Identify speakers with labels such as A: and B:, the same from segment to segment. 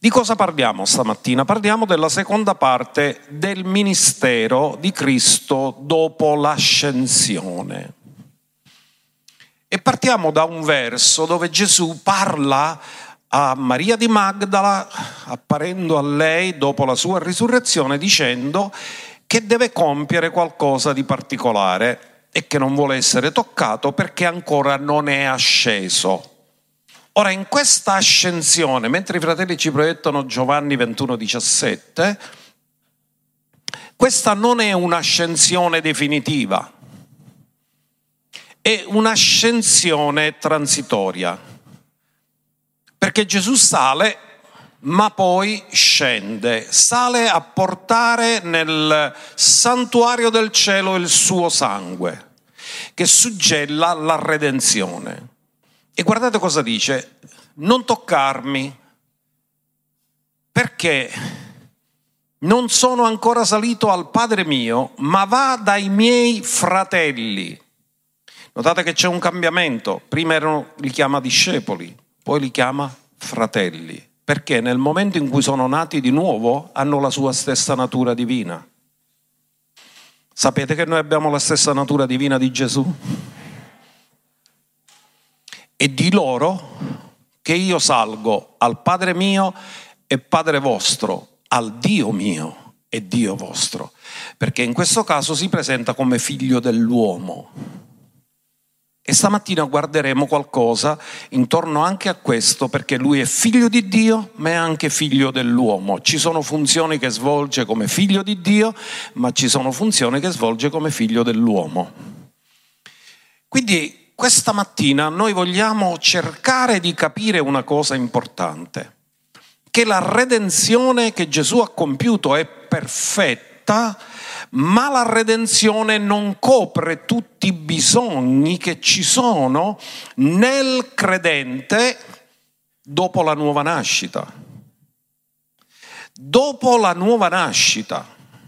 A: Di cosa parliamo stamattina? Parliamo della seconda parte del ministero di Cristo dopo l'ascensione. E partiamo da un verso dove Gesù parla a Maria di Magdala, apparendo a lei dopo la sua risurrezione, dicendo che deve compiere qualcosa di particolare e che non vuole essere toccato perché ancora non è asceso. Ora, in questa ascensione, mentre i fratelli ci proiettano Giovanni 21,17, questa non è un'ascensione definitiva, è un'ascensione transitoria, perché Gesù sale, ma poi scende, sale a portare nel santuario del cielo il suo sangue, che suggella la redenzione. E guardate cosa dice: non toccarmi, perché non sono ancora salito al Padre mio, ma va dai miei fratelli. Notate che c'è un cambiamento: prima li chiama discepoli, poi li chiama fratelli, perché nel momento in cui sono nati di nuovo hanno la sua stessa natura divina. Sapete che noi abbiamo la stessa natura divina di Gesù? E di loro che io salgo al Padre mio e Padre vostro, al Dio mio e Dio vostro, perché in questo caso si presenta come figlio dell'uomo. E stamattina guarderemo qualcosa intorno anche a questo, perché lui è figlio di Dio, ma è anche figlio dell'uomo. Ci sono funzioni che svolge come figlio di Dio, ma ci sono funzioni che svolge come figlio dell'uomo. Quindi questa mattina noi vogliamo cercare di capire una cosa importante, che la redenzione che Gesù ha compiuto è perfetta, ma la redenzione non copre tutti i bisogni che ci sono nel credente dopo la nuova nascita. Dopo la nuova nascita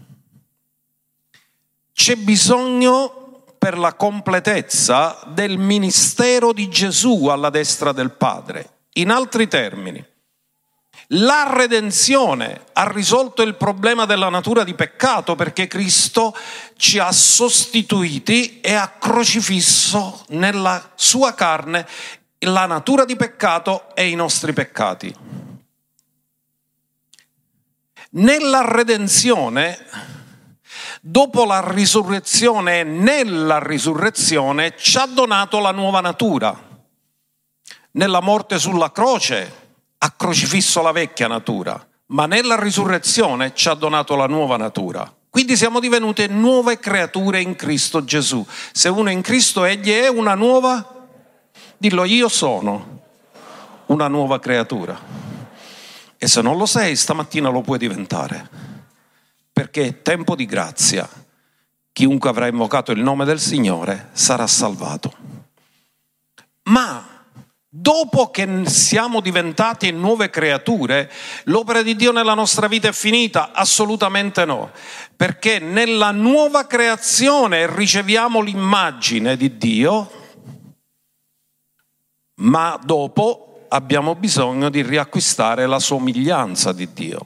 A: c'è bisogno per la completezza del ministero di Gesù alla destra del Padre. In altri termini, la redenzione ha risolto il problema della natura di peccato, perché Cristo ci ha sostituiti e ha crocifisso nella sua carne la natura di peccato e i nostri peccati. Nella redenzione, dopo la risurrezione e nella risurrezione, ci ha donato la nuova natura. Nella morte sulla croce ha crocifisso la vecchia natura, ma nella risurrezione ci ha donato la nuova natura. Quindi siamo divenute nuove creature in Cristo Gesù. Se uno è in Cristo, egli è una nuova, dillo: io sono una nuova creatura. E se non lo sei, stamattina lo puoi diventare, perché è tempo di grazia. Chiunque avrà invocato il nome del Signore sarà salvato. Ma dopo che siamo diventati nuove creature, l'opera di Dio nella nostra vita è finita? Assolutamente no, perché nella nuova creazione riceviamo l'immagine di Dio, ma dopo abbiamo bisogno di riacquistare la somiglianza di Dio.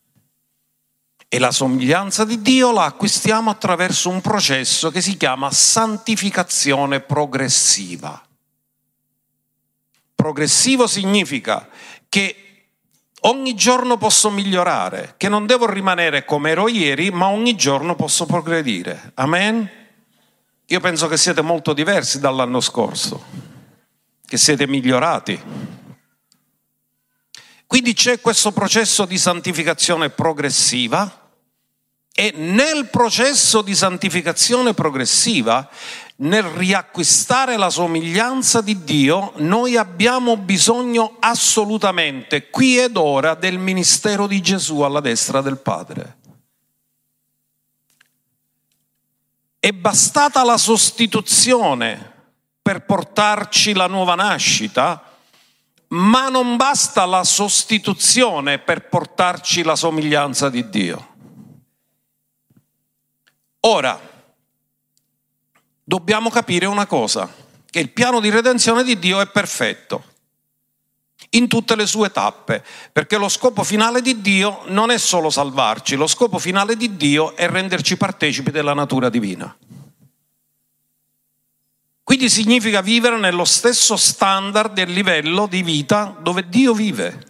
A: E la somiglianza di Dio la acquistiamo attraverso un processo che si chiama santificazione progressiva. Progressivo significa che ogni giorno posso migliorare, che non devo rimanere come ero ieri, ma ogni giorno posso progredire. Amen? Io penso che siete molto diversi dall'anno scorso, che siete migliorati. Quindi c'è questo processo di santificazione progressiva, e nel processo di santificazione progressiva, nel riacquistare la somiglianza di Dio, noi abbiamo bisogno assolutamente, qui ed ora, del ministero di Gesù alla destra del Padre. È bastata la sostituzione per portarci la nuova nascita, ma non basta la sostituzione per portarci la somiglianza di Dio. Ora, dobbiamo capire una cosa, che il piano di redenzione di Dio è perfetto. in tutte le sue tappe, perché lo scopo finale di Dio non è solo salvarci, lo scopo finale di Dio è renderci partecipi della natura divina. Quindi significa vivere nello stesso standard e livello di vita dove Dio vive.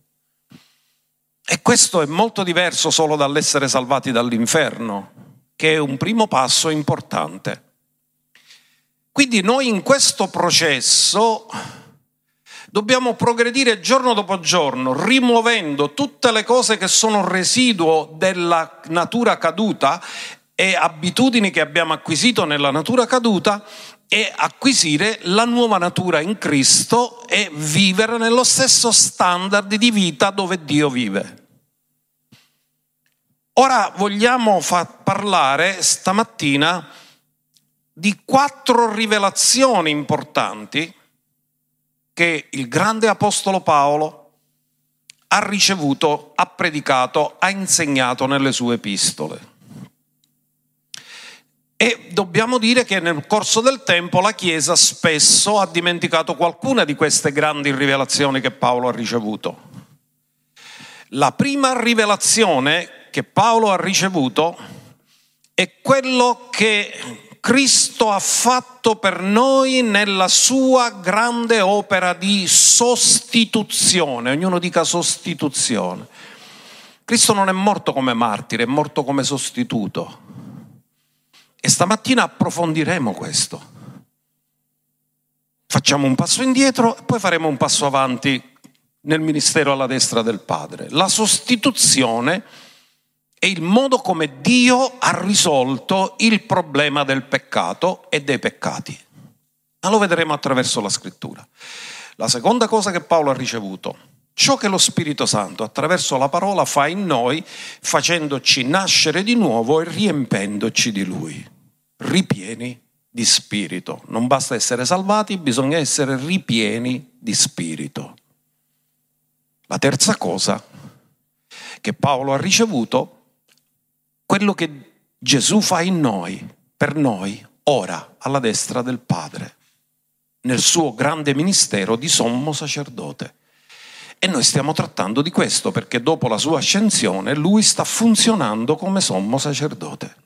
A: E questo è molto diverso solo dall'essere salvati dall'inferno, che è un primo passo importante. Quindi noi in questo processo dobbiamo progredire giorno dopo giorno, rimuovendo tutte le cose che sono residuo della natura caduta e abitudini che abbiamo acquisito nella natura caduta, e acquisire la nuova natura in Cristo e vivere nello stesso standard di vita dove Dio vive. Ora vogliamo parlare stamattina di 4 rivelazioni importanti che il grande apostolo Paolo ha ricevuto, ha predicato, ha insegnato nelle sue epistole. E dobbiamo dire che nel corso del tempo la Chiesa spesso ha dimenticato qualcuna di queste grandi rivelazioni che Paolo ha ricevuto. La prima rivelazione che Paolo ha ricevuto è quello che Cristo ha fatto per noi nella sua grande opera di sostituzione. Ognuno dica sostituzione. Cristo non è morto come martire, è morto come sostituto. E stamattina approfondiremo questo. Facciamo un passo indietro e poi faremo un passo avanti nel ministero alla destra del Padre. La sostituzione è il modo come Dio ha risolto il problema del peccato e dei peccati. Ma lo vedremo attraverso la scrittura. La seconda cosa che Paolo ha ricevuto, ciò che lo Spirito Santo attraverso la parola fa in noi, facendoci nascere di nuovo e riempendoci di Lui. Ripieni di spirito. Non basta essere salvati, bisogna essere ripieni di spirito. La terza cosa che Paolo ha ricevuto, quello che Gesù fa in noi, per noi, ora, alla destra del Padre, nel suo grande ministero di sommo sacerdote. E noi stiamo trattando di questo, perché dopo la sua ascensione lui sta funzionando come sommo sacerdote.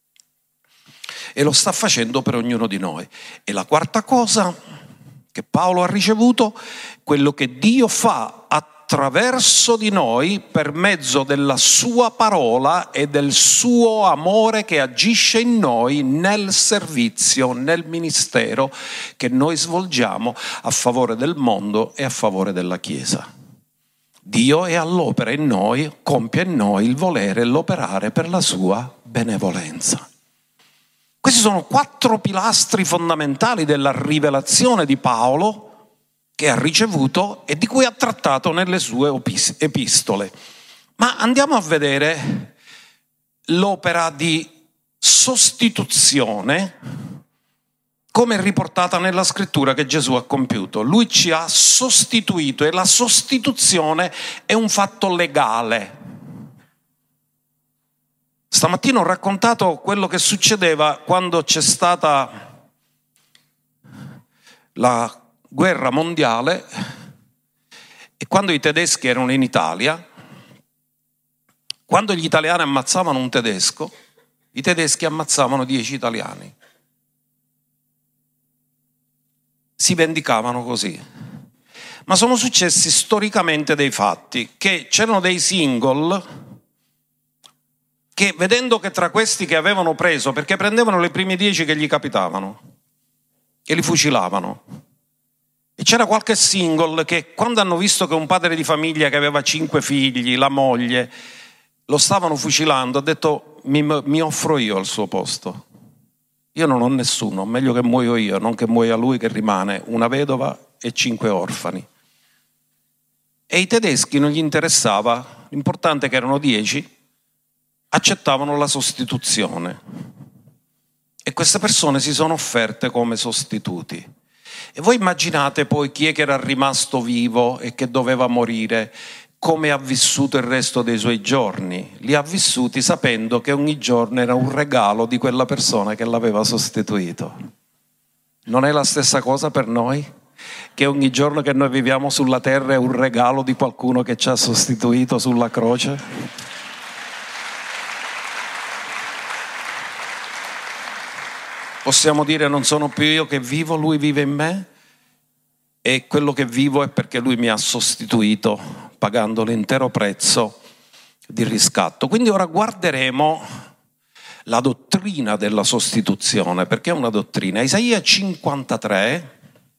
A: E lo sta facendo per ognuno di noi. E la quarta cosa che Paolo ha ricevuto, quello che Dio fa attraverso di noi per mezzo della sua parola e del suo amore che agisce in noi nel servizio, nel ministero che noi svolgiamo a favore del mondo e a favore della Chiesa. Dio è all'opera in noi, compie in noi il volere e l'operare per la sua benevolenza. Questi sono 4 pilastri fondamentali della rivelazione di Paolo che ha ricevuto e di cui ha trattato nelle sue epistole. Ma andiamo a vedere l'opera di sostituzione come è riportata nella scrittura che Gesù ha compiuto. Lui ci ha sostituito e la sostituzione è un fatto legale. Stamattina ho raccontato quello che succedeva quando c'è stata la guerra mondiale e quando i tedeschi erano in Italia. Quando gli italiani ammazzavano un tedesco, i tedeschi ammazzavano 10 italiani. Si vendicavano così. Ma sono successi storicamente dei fatti, che c'erano dei single che, vedendo che tra questi che avevano preso, perché prendevano le prime 10 che gli capitavano e li fucilavano, e c'era qualche single che, quando hanno visto che un padre di famiglia che aveva 5 figli, la moglie, lo stavano fucilando, ha detto: mi offro io al suo posto, io non ho nessuno, meglio che muoio io, non che muoia lui che rimane una vedova e 5 orfani. E i tedeschi non gli interessava, l'importante è che erano 10, accettavano la sostituzione e queste persone si sono offerte come sostituti. E voi immaginate poi chi è che era rimasto vivo e che doveva morire, come ha vissuto il resto dei suoi giorni. Li ha vissuti sapendo che ogni giorno era un regalo di quella persona che l'aveva sostituito. Non è la stessa cosa per noi? che ogni giorno che noi viviamo sulla terra è un regalo di qualcuno che ci ha sostituito sulla croce? Possiamo dire: non sono più io che vivo, Lui vive in me, e quello che vivo è perché Lui mi ha sostituito pagando l'intero prezzo di riscatto. Quindi ora guarderemo la dottrina della sostituzione, perché è una dottrina. Isaia 53,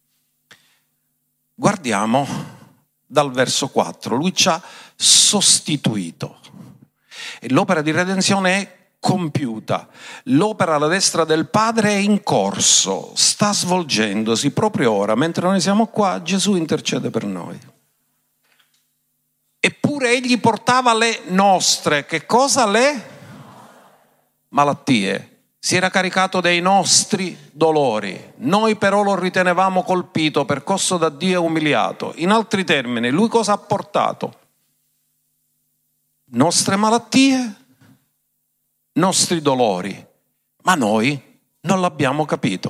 A: guardiamo dal verso 4. Lui ci ha sostituito e l'opera di redenzione è compiuta. L'opera alla destra del Padre è in corso, sta svolgendosi proprio ora. Mentre noi siamo qua, Gesù intercede per noi. Eppure egli portava le nostre, che cosa? Le malattie. Si era caricato dei nostri dolori. Noi però lo ritenevamo colpito, percosso da Dio e umiliato. In altri termini, lui cosa ha portato? Nostre malattie, nostri dolori, ma noi non l'abbiamo capito.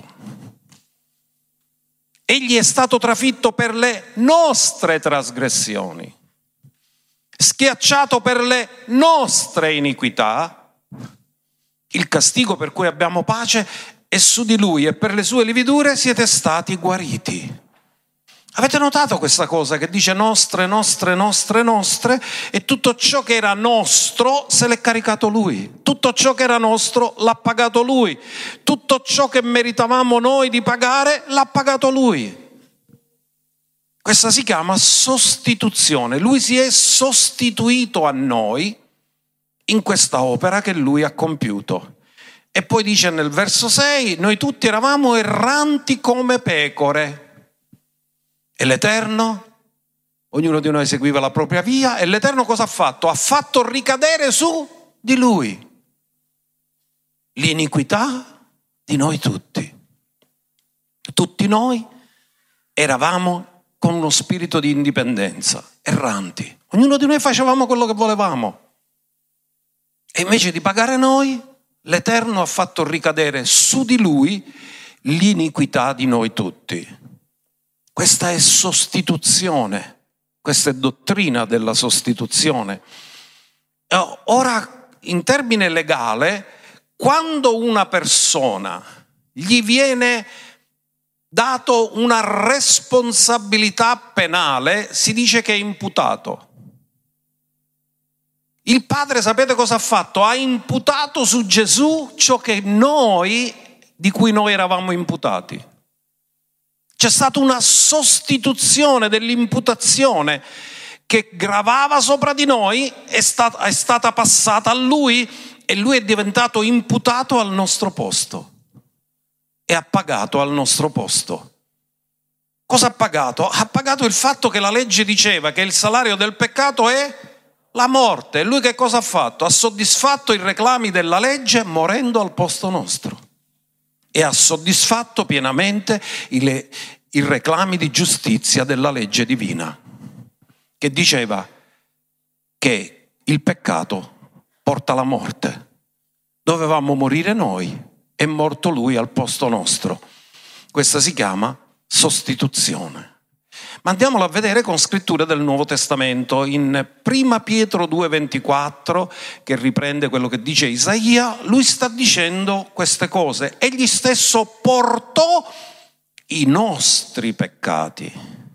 A: Egli è stato trafitto per le nostre trasgressioni, schiacciato per le nostre iniquità. Il castigo per cui abbiamo pace è su di Lui e per le sue lividure siete stati guariti. Avete notato questa cosa che dice nostre, nostre, nostre, nostre, e tutto ciò che era nostro se l'è caricato Lui. Tutto ciò che era nostro l'ha pagato Lui. Tutto ciò che meritavamo noi di pagare l'ha pagato Lui. Questa si chiama sostituzione. Lui si è sostituito a noi in questa opera che Lui ha compiuto. E poi dice nel verso 6: noi tutti eravamo erranti come pecore e l'Eterno, ognuno di noi seguiva la propria via, e l'Eterno cosa ha fatto? Ha fatto ricadere su di Lui l'iniquità di noi tutti. Tutti noi eravamo con uno spirito di indipendenza, erranti. Ognuno di noi facevamo quello che volevamo. E invece di pagare noi, l'Eterno ha fatto ricadere su di Lui l'iniquità di noi tutti. Questa è sostituzione, questa è dottrina della sostituzione. Ora, in termine legale, quando una persona gli viene dato una responsabilità penale, si dice che è imputato. Il Padre, sapete cosa ha fatto? Ha imputato su Gesù ciò che di cui noi eravamo imputati. C'è stata una sostituzione dell'imputazione che gravava sopra di noi, è stata passata a Lui, e Lui è diventato imputato al nostro posto e ha pagato al nostro posto. Cosa ha pagato? Ha pagato il fatto che la legge diceva che il salario del peccato è la morte. E Lui che cosa ha fatto? Ha soddisfatto i reclami della legge morendo al posto nostro. E ha soddisfatto pienamente i reclami di giustizia della legge divina, che diceva che il peccato porta alla morte. Dovevamo morire noi, è morto Lui al posto nostro. Questa si chiama sostituzione. Ma andiamolo a vedere con scritture del Nuovo Testamento. In 1 Pietro 2,24, che riprende quello che dice Isaia, lui sta dicendo queste cose. Egli stesso portò i nostri peccati.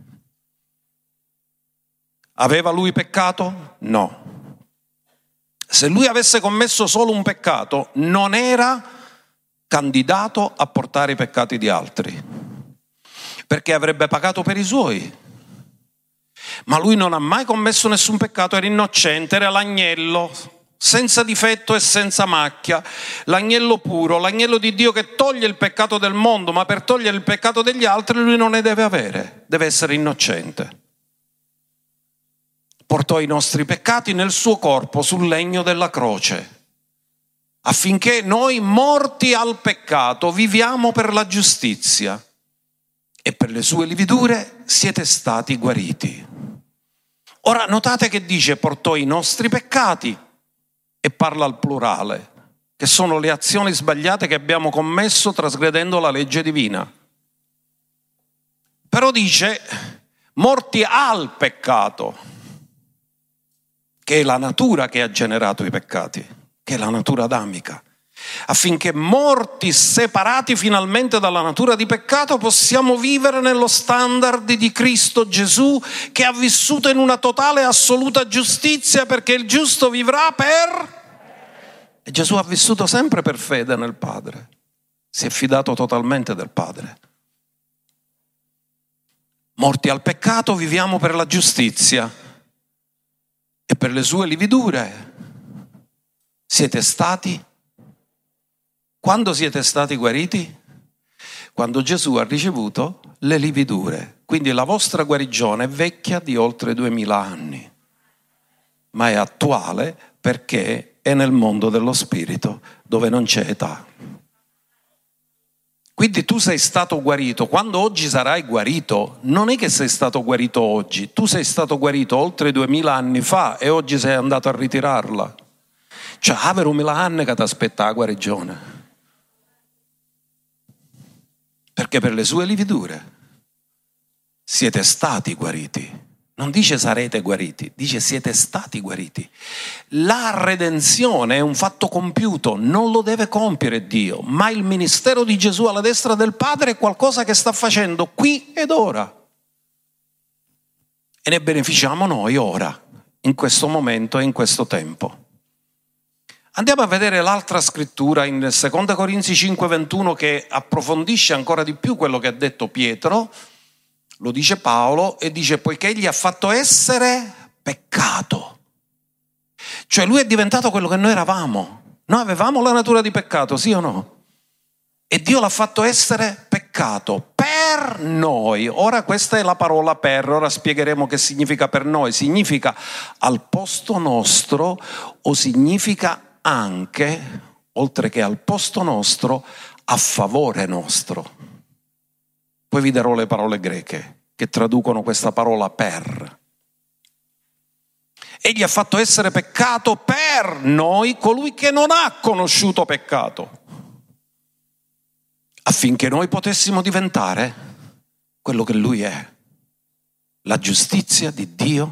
A: Aveva lui peccato? No. Se lui avesse commesso solo un peccato, non era candidato a portare i peccati di altri, perché avrebbe pagato per i suoi. Ma lui non ha mai commesso nessun peccato, era innocente, era l'agnello, senza difetto e senza macchia, l'agnello puro, l'agnello di Dio che toglie il peccato del mondo, ma per togliere il peccato degli altri lui non ne deve avere, deve essere innocente. Portò i nostri peccati nel suo corpo sul legno della croce, affinché noi, morti al peccato, viviamo per la giustizia, e per le sue lividure siete stati guariti. Ora notate che dice portò i nostri peccati e parla al plurale, che sono le azioni sbagliate che abbiamo commesso trasgredendo la legge divina. Però dice morti al peccato, che è la natura che ha generato i peccati, che è la natura adamica, affinché morti, separati finalmente dalla natura di peccato, possiamo vivere nello standard di Cristo Gesù, che ha vissuto in una totale e assoluta giustizia, perché il giusto vivrà per... E Gesù ha vissuto sempre per fede nel Padre, si è fidato totalmente del Padre. Morti al peccato, viviamo per la giustizia e per le sue lividure siete stati. Quando siete stati guariti? Quando Gesù ha ricevuto le lividure. Quindi la vostra guarigione è vecchia di oltre 2000 anni, ma è attuale perché è nel mondo dello spirito, dove non c'è età. Quindi tu sei stato guarito. Quando oggi sarai guarito, non è che sei stato guarito oggi, tu sei stato guarito oltre 2000 anni fa e oggi sei andato a ritirarla. Cioè, avere 2000 anni che ti aspetta la guarigione. Perché per le sue lividure siete stati guariti. Non dice sarete guariti, dice siete stati guariti. La redenzione è un fatto compiuto, non lo deve compiere Dio, ma il ministero di Gesù alla destra del Padre è qualcosa che sta facendo qui ed ora. E ne beneficiamo noi ora, in questo momento e in questo tempo. Andiamo a vedere l'altra scrittura in 2 Corinzi 5,21 che approfondisce ancora di più quello che ha detto Pietro. Lo dice Paolo e dice: poiché egli ha fatto essere peccato. Cioè lui è diventato quello che noi eravamo. Noi avevamo la natura di peccato, sì o no? E Dio l'ha fatto essere peccato per noi. Ora questa è la parola per, ora spiegheremo che significa per noi. Significa al posto nostro o significa anche, oltre che al posto nostro, a favore nostro. Poi vi darò le parole greche che traducono questa parola per. Egli ha fatto essere peccato per noi colui che non ha conosciuto peccato, affinché noi potessimo diventare quello che lui è, la giustizia di Dio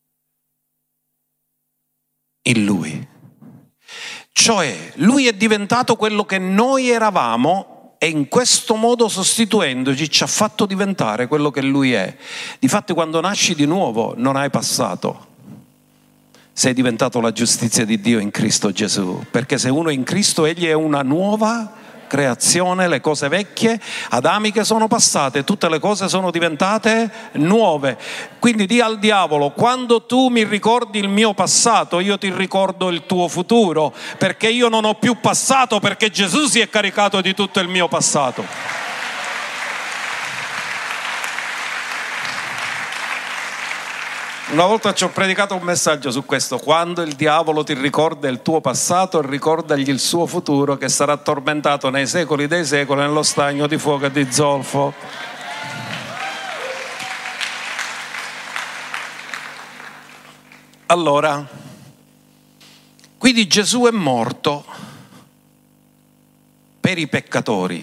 A: in lui. Cioè, lui è diventato quello che noi eravamo e in questo modo, sostituendoci, ci ha fatto diventare quello che lui è. Difatti, quando nasci di nuovo non hai passato, sei diventato la giustizia di Dio in Cristo Gesù, perché se uno è in Cristo, egli è una nuova creazione, le cose vecchie adamiche sono passate, tutte le cose sono diventate nuove. Quindi di al diavolo: quando tu mi ricordi il mio passato, io ti ricordo il tuo futuro, perché io non ho più passato, perché Gesù si è caricato di tutto il mio passato. Una volta ci ho predicato un messaggio su questo: quando il diavolo ti ricorda il tuo passato, ricordagli il suo futuro, che sarà tormentato nei secoli dei secoli nello stagno di fuoco e di zolfo. Allora, quindi Gesù è morto per i peccatori.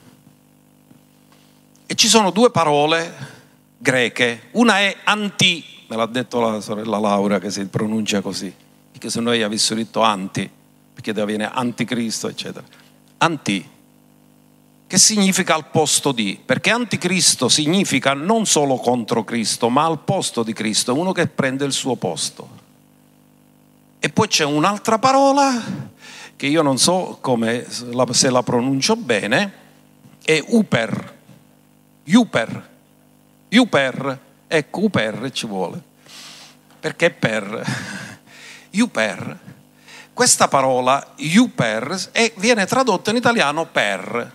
A: E ci sono due parole greche, una è anti. Me l'ha detto la sorella Laura che si pronuncia così, perché se noi avessimo detto anti, perché viene anticristo, eccetera. Anti, che significa al posto di, perché anticristo significa non solo contro Cristo, ma al posto di Cristo, è uno che prende il suo posto. E poi c'è un'altra parola, che io non so come, se la pronuncio bene, è uper. Ecco, uper ci vuole, perché per uper, questa parola uper viene tradotta in italiano per,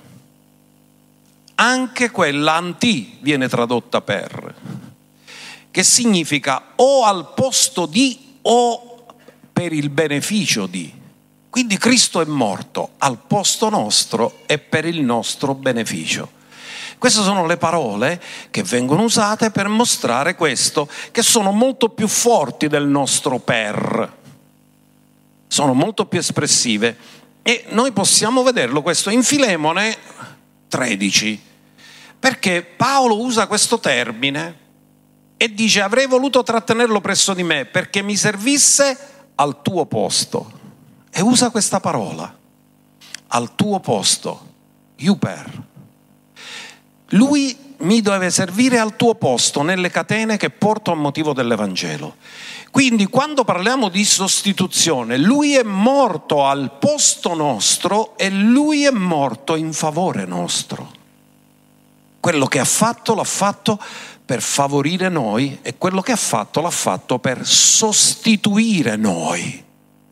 A: anche quella anti viene tradotta per, che significa o al posto di o per il beneficio di. Quindi Cristo è morto al posto nostro e per il nostro beneficio. Queste sono le parole che vengono usate per mostrare questo, che sono molto più forti del nostro per, sono molto più espressive, e noi possiamo vederlo questo in Filemone 13. Perché Paolo usa questo termine e dice: avrei voluto trattenerlo presso di me perché mi servisse al tuo posto. E usa questa parola, al tuo posto, iuper. Lui mi deve servire al tuo posto nelle catene che porto a motivo dell'Evangelo. Quindi quando parliamo di sostituzione, lui è morto al posto nostro e lui è morto in favore nostro. Quello che ha fatto l'ha fatto per favorire noi e quello che ha fatto l'ha fatto per sostituire noi.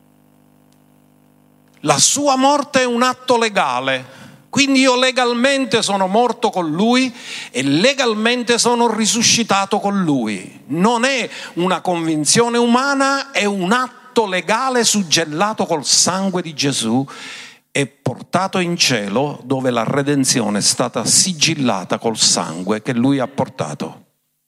A: La sua morte è un atto legale. Quindi io legalmente sono morto con lui e legalmente sono risuscitato con lui. Non è una convinzione umana, è un atto legale suggellato col sangue di Gesù e portato in cielo, dove la redenzione è stata sigillata col sangue che lui ha portato.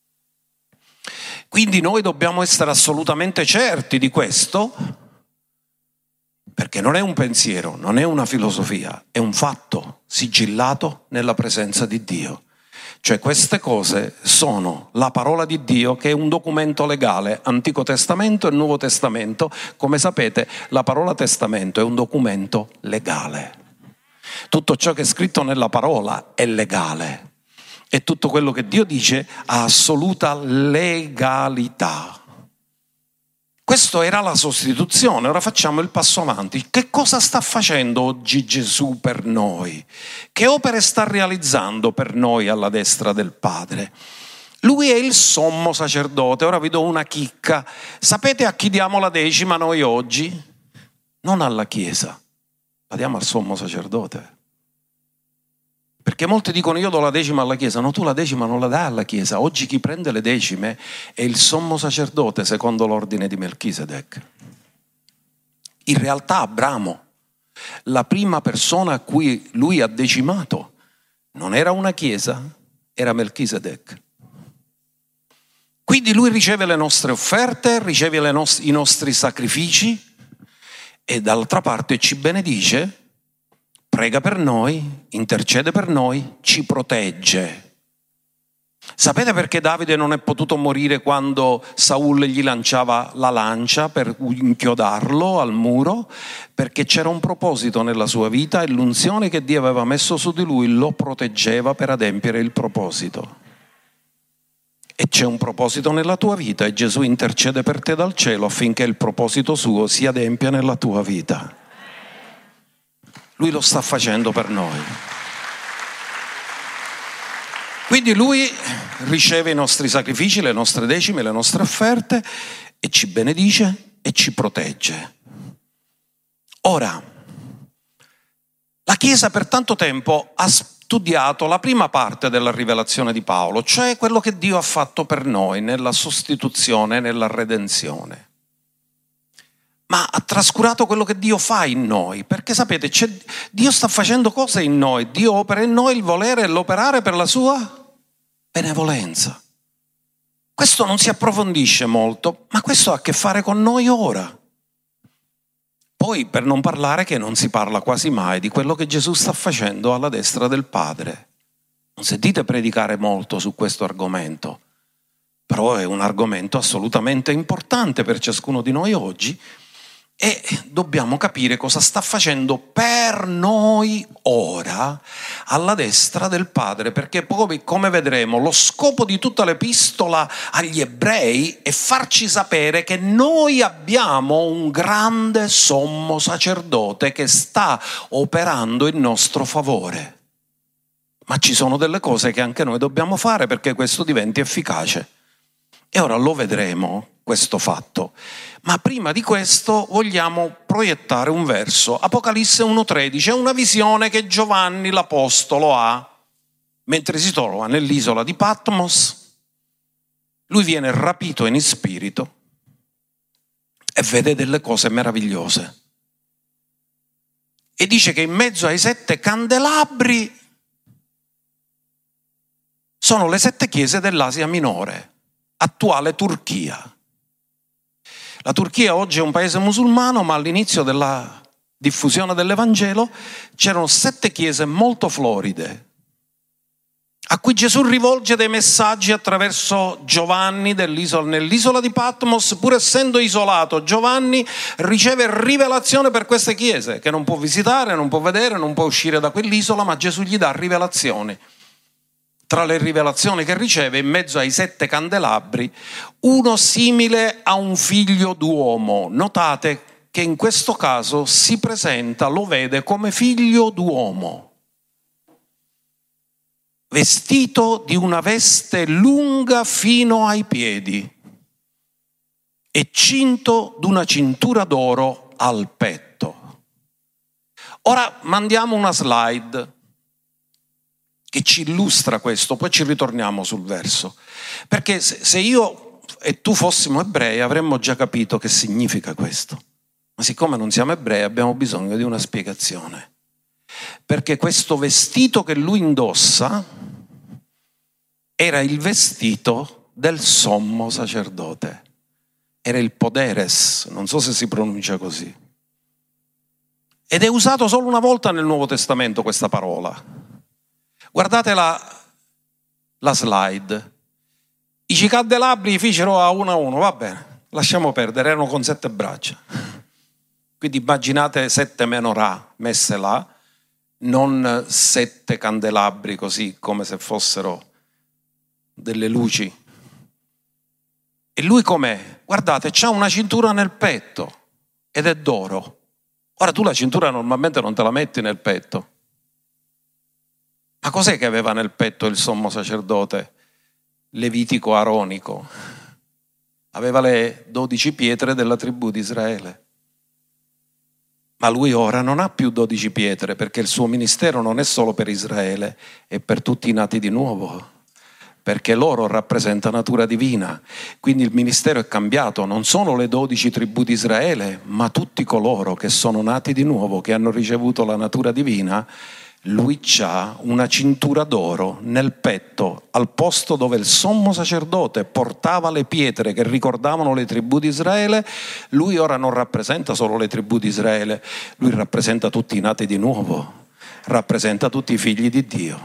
A: Quindi noi dobbiamo essere assolutamente certi di questo, perché non è un pensiero, non è una filosofia, è un fatto sigillato nella presenza di Dio. Cioè queste cose sono la parola di Dio, che è un documento legale, Antico Testamento e Nuovo Testamento. Come sapete, la parola testamento è un documento legale. Tutto ciò che è scritto nella parola è legale e tutto quello che Dio dice ha assoluta legalità. Questo era la sostituzione. Ora facciamo il passo avanti. Che cosa sta facendo oggi Gesù per noi? Che opere sta realizzando per noi alla destra del Padre? Lui è il sommo sacerdote. Ora vi do una chicca. Sapete a chi diamo la decima noi oggi? Non alla Chiesa, la diamo al sommo sacerdote. Perché molti dicono: io do la decima alla Chiesa. No, tu la decima non la dai alla Chiesa. Oggi chi prende le decime è il sommo sacerdote secondo l'ordine di Melchisedec. In realtà Abramo, la prima persona a cui lui ha decimato, non era una Chiesa, era Melchisedec. Quindi lui riceve le nostre offerte, riceve i nostri sacrifici e dall'altra parte ci benedice, prega per noi, intercede per noi, ci protegge. Sapete perché Davide non è potuto morire quando Saul gli lanciava la lancia per inchiodarlo al muro? Perché c'era un proposito nella sua vita e l'unzione che Dio aveva messo su di lui lo proteggeva per adempiere il proposito. E c'è un proposito nella tua vita e Gesù intercede per te dal cielo affinché il proposito suo si adempia nella tua vita. Lui lo sta facendo per noi. Quindi lui riceve i nostri sacrifici, le nostre decime, le nostre offerte e ci benedice e ci protegge. Ora, la Chiesa per tanto tempo ha studiato la prima parte della rivelazione di Paolo, cioè quello che Dio ha fatto per noi nella sostituzione, nella redenzione. Ma ha trascurato quello che Dio fa in noi, perché sapete, Dio sta facendo cose in noi, Dio opera in noi il volere e l'operare per la sua benevolenza. Questo non si approfondisce molto, ma questo ha a che fare con noi ora. Poi, per non parlare che non si parla quasi mai di quello che Gesù sta facendo alla destra del Padre. Non sentite predicare molto su questo argomento, però è un argomento assolutamente importante per ciascuno di noi oggi. E dobbiamo capire cosa sta facendo per noi ora alla destra del Padre, perché poi, come vedremo, lo scopo di tutta l'epistola agli ebrei è farci sapere che noi abbiamo un grande sommo sacerdote che sta operando in nostro favore. Ma ci sono delle cose che anche noi dobbiamo fare perché questo diventi efficace. E ora lo vedremo, questo fatto. Ma prima di questo vogliamo proiettare un verso. Apocalisse 1,13 è una visione che Giovanni l'Apostolo ha mentre si trova nell'isola di Patmos. Lui viene rapito in spirito e vede delle cose meravigliose. E dice che in mezzo ai 7 candelabri sono le 7 chiese dell'Asia Minore, attuale Turchia. La Turchia oggi è un paese musulmano, ma all'inizio della diffusione dell'Evangelo c'erano 7 chiese molto floride, a cui Gesù rivolge dei messaggi attraverso Giovanni nell'isola di Patmos. Pur essendo isolato, Giovanni riceve rivelazione per queste chiese, che non può visitare, non può vedere, non può uscire da quell'isola, ma Gesù gli dà rivelazioni. Tra le rivelazioni che riceve, in mezzo ai 7 candelabri, uno simile a un figlio d'uomo. Notate che in questo caso si presenta, lo vede come figlio d'uomo, vestito di una veste lunga fino ai piedi e cinto d'una cintura d'oro al petto. Ora mandiamo una slide che ci illustra questo, poi ci ritorniamo sul verso. Perché se io e tu fossimo ebrei avremmo già capito che significa questo. Ma siccome non siamo ebrei abbiamo bisogno di una spiegazione. Perché questo vestito che lui indossa era il vestito del sommo sacerdote. Era il poderes, non so se si pronuncia così. Ed è usato solo una volta nel Nuovo Testamento questa parola. Guardate la slide. I candelabri fecero a uno, va bene, lasciamo perdere, erano con 7 braccia. Quindi immaginate 7 menorah messe là, non 7 candelabri così come se fossero delle luci. E lui com'è? Guardate, c'ha una cintura nel petto ed è d'oro. Ora tu la cintura normalmente non te la metti nel petto. Ma cos'è che aveva nel petto il sommo sacerdote levitico aronico? Aveva le 12 pietre della tribù di Israele. Ma lui ora non ha più 12 pietre, perché il suo ministero non è solo per Israele, è per tutti i nati di nuovo, perché l'oro rappresenta natura divina. Quindi il ministero è cambiato, non sono le 12 tribù di Israele, ma tutti coloro che sono nati di nuovo, che hanno ricevuto la natura divina. Lui c'ha una cintura d'oro nel petto, al posto dove il sommo sacerdote portava le pietre che ricordavano le tribù di Israele. Lui ora non rappresenta solo le tribù di Israele, lui rappresenta tutti i nati di nuovo, rappresenta tutti i figli di Dio.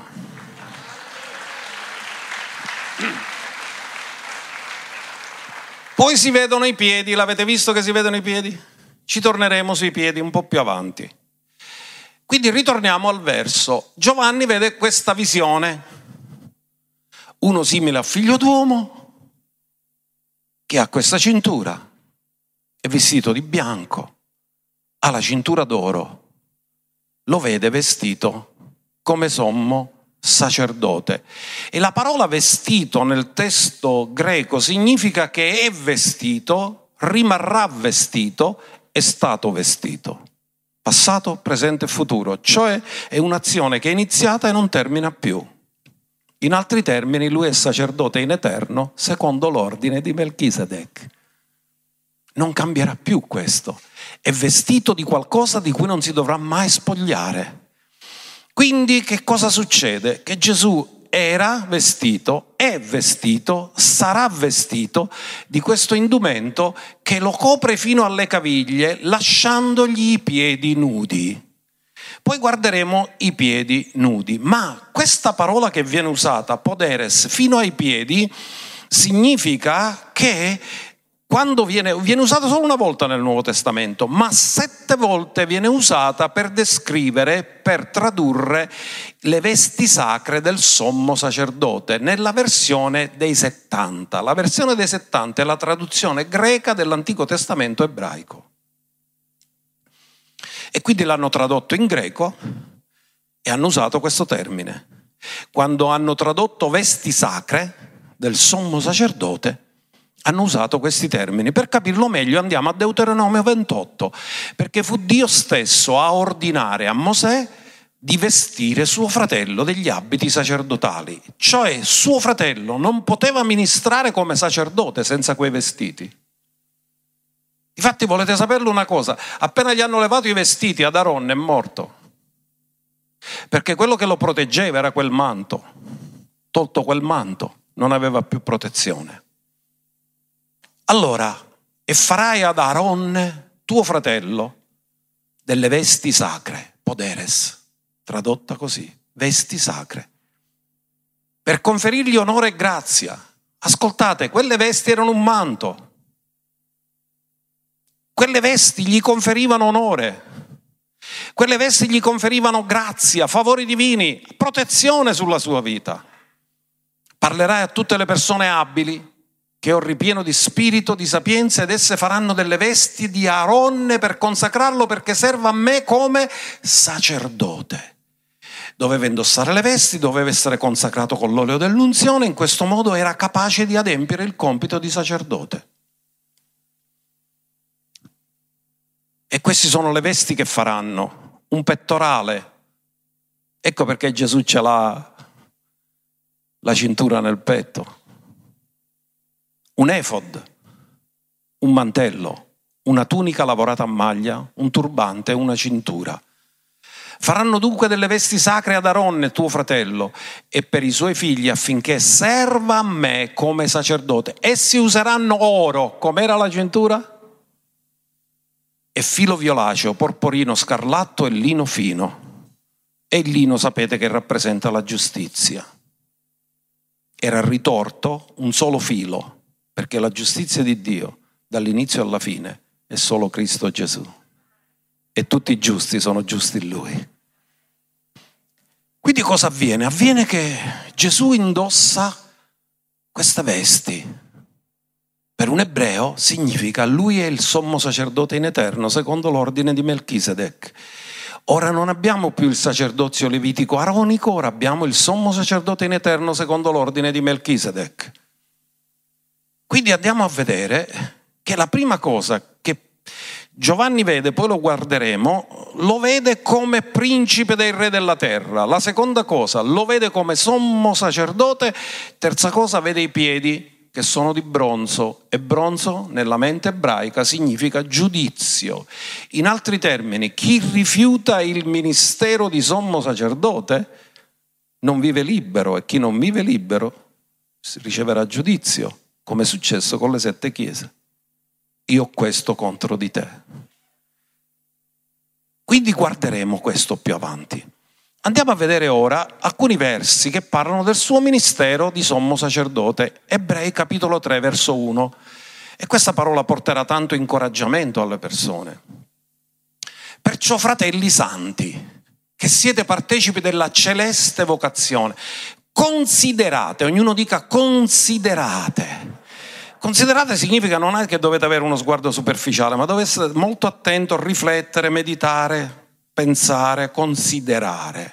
A: Poi si vedono i piedi, l'avete visto che si vedono i piedi? Ci torneremo sui piedi un po' più avanti. Quindi ritorniamo al verso. Giovanni vede questa visione, uno simile a figlio d'uomo che ha questa cintura, è vestito di bianco, ha la cintura d'oro, lo vede vestito come sommo sacerdote. E la parola vestito nel testo greco significa che è vestito, rimarrà vestito, è stato vestito. Passato, presente e futuro, cioè è un'azione che è iniziata e non termina più. In altri termini, lui è sacerdote in eterno secondo l'ordine di Melchisedec. Non cambierà più questo. È vestito di qualcosa di cui non si dovrà mai spogliare. Quindi che cosa succede? Che Gesù era vestito, è vestito, sarà vestito di questo indumento che lo copre fino alle caviglie, lasciandogli i piedi nudi. Poi guarderemo i piedi nudi, ma questa parola che viene usata, poderes, fino ai piedi, significa che quando viene usata solo una volta nel Nuovo Testamento, ma 7 volte viene usata per descrivere, per tradurre le vesti sacre del sommo sacerdote, nella versione dei 70. La versione dei 70 è la traduzione greca dell'Antico Testamento ebraico. E quindi l'hanno tradotto in greco e hanno usato questo termine. Quando hanno tradotto vesti sacre del sommo sacerdote, hanno usato questi termini. Per capirlo meglio andiamo a Deuteronomio 28, perché fu Dio stesso a ordinare a Mosè di vestire suo fratello degli abiti sacerdotali. Cioè suo fratello non poteva ministrare come sacerdote senza quei vestiti. Infatti volete saperlo una cosa, appena gli hanno levato i vestiti ad Aaron è morto, perché quello che lo proteggeva era quel manto. Tolto quel manto non aveva più protezione. Allora, e farai ad Aaron, tuo fratello, delle vesti sacre, poderes, tradotta così, vesti sacre. per conferirgli onore e grazia. Ascoltate, quelle vesti erano un manto. Quelle vesti gli conferivano onore. Quelle vesti gli conferivano grazia, favori divini, protezione sulla sua vita. Parlerai a tutte le persone abili che ho ripieno di spirito, di sapienza, ed esse faranno delle vesti di Aaronne per consacrarlo, perché serva a me come sacerdote. Doveva indossare le vesti, doveva essere consacrato con l'olio dell'unzione, in questo modo era capace di adempiere il compito di sacerdote. E queste sono le vesti che faranno, un pettorale. Ecco perché Gesù ce l'ha la cintura nel petto. Un efod, un mantello, una tunica lavorata a maglia, un turbante, una cintura. Faranno dunque delle vesti sacre ad Aaronne, tuo fratello, e per i suoi figli, affinché serva a me come sacerdote. Essi useranno oro, com'era la cintura? E filo violaceo, porporino, scarlatto e lino fino. E il lino sapete che rappresenta la giustizia. Era ritorto un solo filo, perché la giustizia di Dio, dall'inizio alla fine, è solo Cristo Gesù. E tutti i giusti sono giusti in Lui. Quindi cosa avviene? Avviene che Gesù indossa queste vesti. Per un ebreo significa lui è il sommo sacerdote in eterno, secondo l'ordine di Melchisedec. Ora non abbiamo più il sacerdozio levitico aronico, ora abbiamo il sommo sacerdote in eterno, secondo l'ordine di Melchisedec. Quindi andiamo a vedere che la prima cosa che Giovanni vede, poi lo guarderemo, lo vede come principe dei re della terra. La seconda cosa, lo vede come sommo sacerdote. Terza cosa, vede i piedi che sono di bronzo, e bronzo nella mente ebraica significa giudizio. In altri termini, chi rifiuta il ministero di sommo sacerdote non vive libero, e chi non vive libero riceverà giudizio, come è successo con le 7 chiese. Io ho questo contro di te. Quindi guarderemo questo più avanti. Andiamo a vedere ora alcuni versi che parlano del suo ministero di sommo sacerdote. Ebrei capitolo 3 verso 1. E questa parola porterà tanto incoraggiamento alle persone. Perciò, fratelli santi, che siete partecipi della celeste vocazione, considerate, ognuno dica considerate. Considerate significa non è che dovete avere uno sguardo superficiale, ma dovete essere molto attento, riflettere, meditare, pensare, considerare.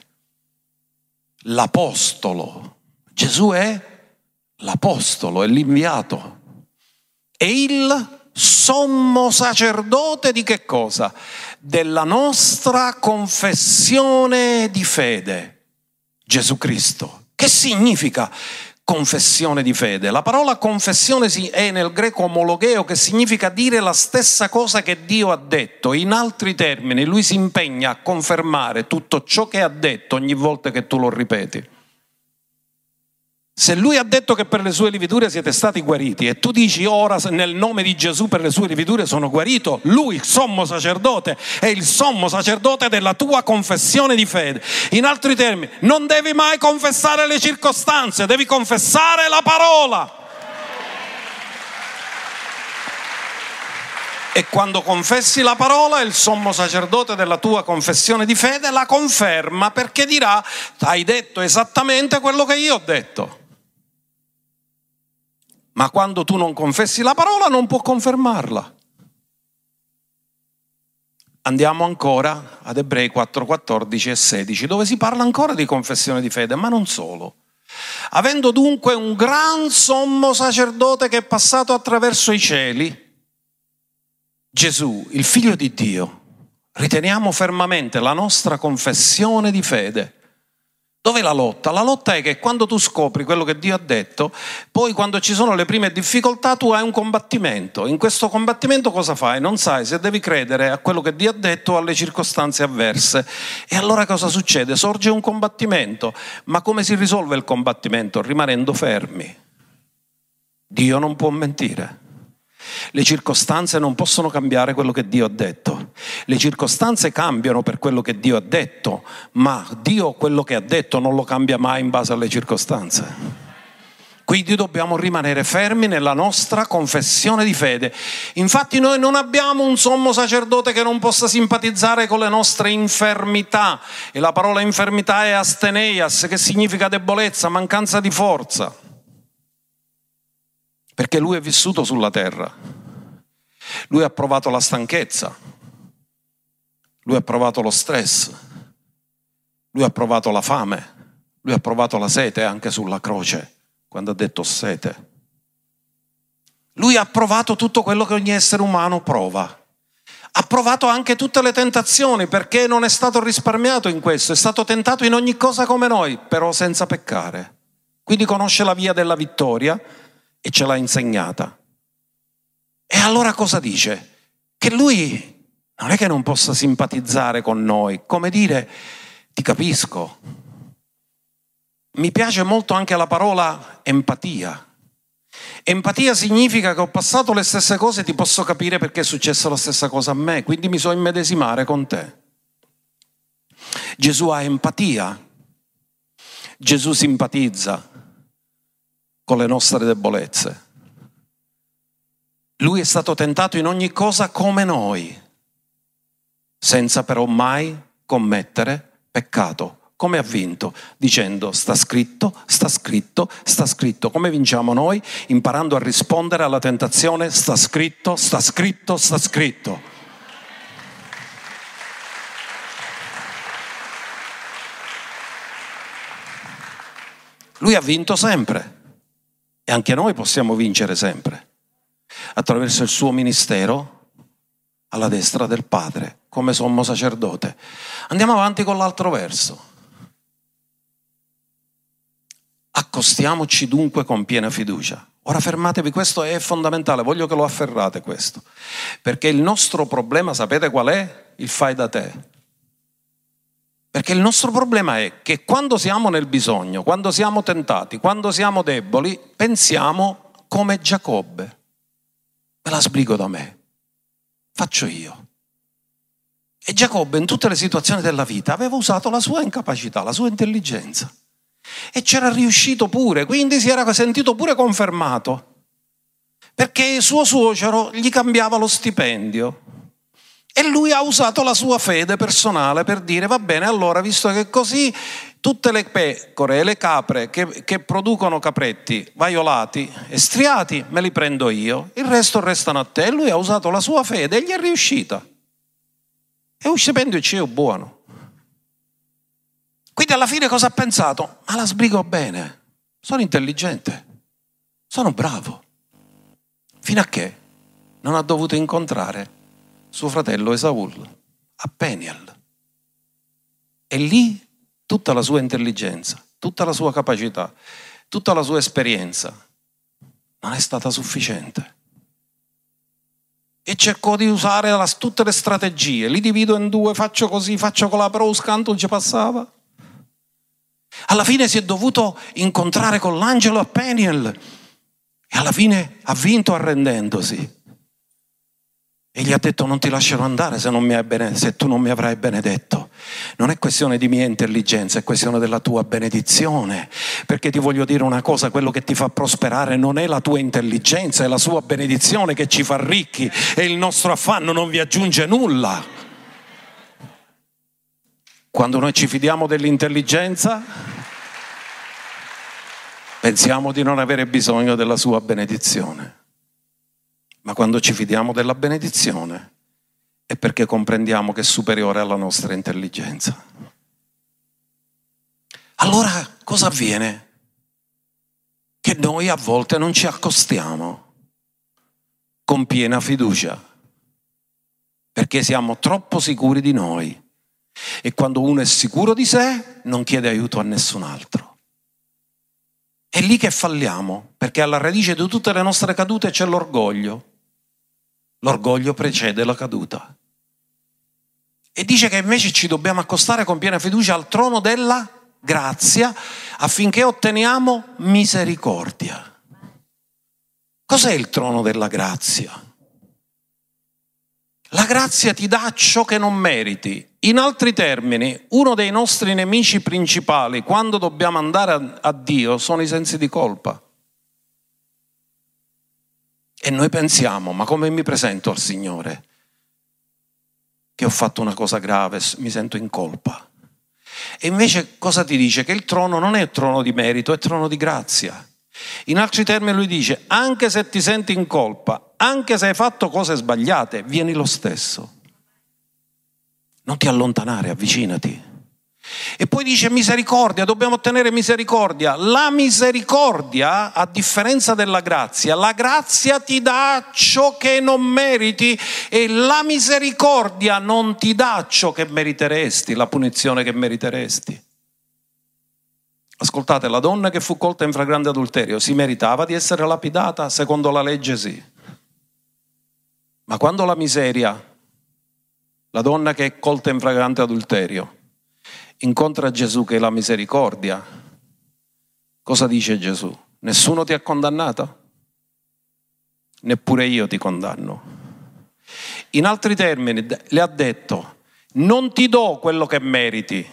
A: L'apostolo. Gesù è l'apostolo, è l'inviato. È il sommo sacerdote di che cosa? Della nostra confessione di fede. Gesù Cristo. Che significa confessione di fede? La parola confessione è nel greco omologeo, che significa dire la stessa cosa che Dio ha detto. In altri termini, lui si impegna a confermare tutto ciò che ha detto ogni volta che tu lo ripeti. Se lui ha detto che per le sue lividure siete stati guariti e tu dici ora nel nome di Gesù per le sue lividure sono guarito, lui, il sommo sacerdote, è il sommo sacerdote della tua confessione di fede. In altri termini, non devi mai confessare le circostanze, devi confessare la parola. E quando confessi la parola, il sommo sacerdote della tua confessione di fede la conferma, perché dirà: hai detto esattamente quello che io ho detto. Ma quando tu non confessi la parola non può confermarla. Andiamo ancora ad Ebrei 4, 14 e 16, dove si parla ancora di confessione di fede, ma non solo. Avendo dunque un gran sommo sacerdote che è passato attraverso i cieli, Gesù, il Figlio di Dio, riteniamo fermamente la nostra confessione di fede. Dov'è la lotta? La lotta è che quando tu scopri quello che Dio ha detto, poi quando ci sono le prime difficoltà tu hai un combattimento. In questo combattimento cosa fai? Non sai se devi credere a quello che Dio ha detto o alle circostanze avverse. E allora cosa succede? Sorge un combattimento. Ma come si risolve il combattimento? Rimanendo fermi. Dio non può mentire. Le circostanze non possono cambiare quello che Dio ha detto. Le circostanze cambiano per quello che Dio ha detto, ma Dio quello che ha detto non lo cambia mai in base alle circostanze. Quindi dobbiamo rimanere fermi nella nostra confessione di fede. Infatti noi non abbiamo un sommo sacerdote che non possa simpatizzare con le nostre infermità. E la parola infermità è asteneias, che significa debolezza, mancanza di forza. Perché lui è vissuto sulla terra. Lui ha provato la stanchezza. Lui ha provato lo stress. Lui ha provato la fame. Lui ha provato la sete anche sulla croce. Quando ha detto sete. Lui ha provato tutto quello che ogni essere umano prova. Ha provato anche tutte le tentazioni, perché non è stato risparmiato in questo, è stato tentato in ogni cosa come noi, però senza peccare. Quindi conosce la via della vittoria e ce l'ha insegnata. E allora cosa dice? Che lui non è che non possa simpatizzare con noi, come dire, ti capisco. Mi piace molto anche la parola empatia. Empatia significa che ho passato le stesse cose e ti posso capire perché è successa la stessa cosa a me, quindi mi so immedesimare con te. Gesù ha empatia. Gesù simpatizza con le nostre debolezze. Lui è stato tentato in ogni cosa come noi, senza però mai commettere peccato. Come ha vinto? Dicendo sta scritto, sta scritto, sta scritto. Come vinciamo noi? Imparando a rispondere alla tentazione sta scritto, sta scritto, sta scritto. Lui ha vinto sempre e anche noi possiamo vincere sempre attraverso il suo ministero alla destra del Padre come sommo sacerdote. Andiamo avanti con l'altro verso. Accostiamoci dunque con piena fiducia. Ora fermatevi, questo è fondamentale, voglio che lo afferrate questo, perché il nostro problema, sapete qual è? Il fai da te. Perché il nostro problema è che quando siamo nel bisogno, quando siamo tentati, quando siamo deboli, pensiamo come Giacobbe. Me la sbrigo da me, faccio io. E Giacobbe in tutte le situazioni della vita aveva usato la sua incapacità, la sua intelligenza. E c'era riuscito pure, quindi si era sentito pure confermato, perché il suo suocero gli cambiava lo stipendio e lui ha usato la sua fede personale per dire va bene, allora visto che così tutte le pecore e le capre che producono capretti vaiolati e striati me li prendo io, il resto restano a te. E lui ha usato la sua fede e gli è riuscita e un stipendio c'è buono. Quindi alla fine cosa ha pensato? Ma la sbrigo bene, sono intelligente, sono bravo. Fino a che non ha dovuto incontrare suo fratello Esaul a Peniel. E lì tutta la sua intelligenza, tutta la sua capacità, tutta la sua esperienza non è stata sufficiente. E cercò di usare tutte le strategie, li divido in due, faccio così, faccio colà, però un scanto non ci passava. Alla fine si è dovuto incontrare con l'angelo a Peniel e alla fine ha vinto arrendendosi. E gli ha detto non ti lascerò andare se tu non mi avrai benedetto. Non è questione di mia intelligenza, è questione della tua benedizione. Perché ti voglio dire una cosa, quello che ti fa prosperare non è la tua intelligenza, è la sua benedizione che ci fa ricchi e il nostro affanno non vi aggiunge nulla. Quando noi ci fidiamo dell'intelligenza, pensiamo di non avere bisogno della sua benedizione. Ma quando ci fidiamo della benedizione è perché comprendiamo che è superiore alla nostra intelligenza. Allora cosa avviene? Che noi a volte non ci accostiamo con piena fiducia, perché siamo troppo sicuri di noi. E quando uno è sicuro di sé, non chiede aiuto a nessun altro. È lì che falliamo, perché alla radice di tutte le nostre cadute c'è l'orgoglio. L'orgoglio precede la caduta. E dice che invece ci dobbiamo accostare con piena fiducia al trono della grazia affinché otteniamo misericordia. Cos'è il trono della grazia? La grazia ti dà ciò che non meriti. In altri termini, uno dei nostri nemici principali quando dobbiamo andare a Dio sono i sensi di colpa. E noi pensiamo, ma come mi presento al Signore? Che ho fatto una cosa grave, mi sento in colpa. E invece cosa ti dice? Che il trono non è trono di merito, è trono di grazia. In altri termini lui dice, anche se ti senti in colpa, anche se hai fatto cose sbagliate, vieni lo stesso. Non ti allontanare, avvicinati. E poi dice misericordia, dobbiamo ottenere misericordia. La misericordia, a differenza della grazia, la grazia ti dà ciò che non meriti e la misericordia non ti dà ciò che meriteresti, la punizione che meriteresti. Ascoltate, la donna che fu colta in flagrante adulterio si meritava di essere lapidata? Secondo la legge sì. Ma quando la miseria, la donna che è colta in flagrante adulterio, incontra Gesù che è la misericordia, cosa dice Gesù? Nessuno ti ha condannato? Neppure io ti condanno. In altri termini, le ha detto, non ti do quello che meriti,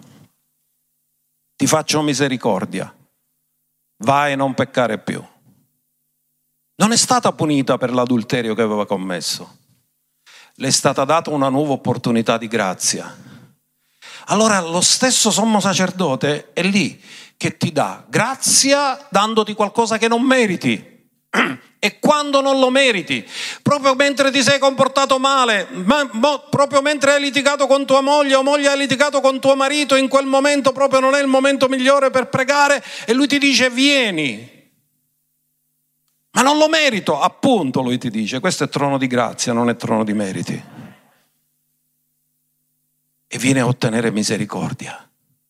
A: ti faccio misericordia, vai e non peccare più. Non è stata punita per l'adulterio che aveva commesso, le è stata data una nuova opportunità di grazia. Allora lo stesso sommo sacerdote è lì che ti dà grazia dandoti qualcosa che non meriti. E quando non lo meriti, proprio mentre ti sei comportato male, proprio mentre hai litigato con tua moglie o moglie hai litigato con tuo marito, in quel momento proprio non è il momento migliore per pregare e lui ti dice vieni. Ma non lo merito, appunto lui ti dice, questo è trono di grazia, non è trono di meriti. E viene a ottenere misericordia.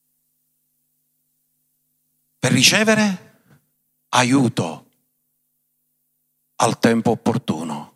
A: Per ricevere aiuto al tempo opportuno.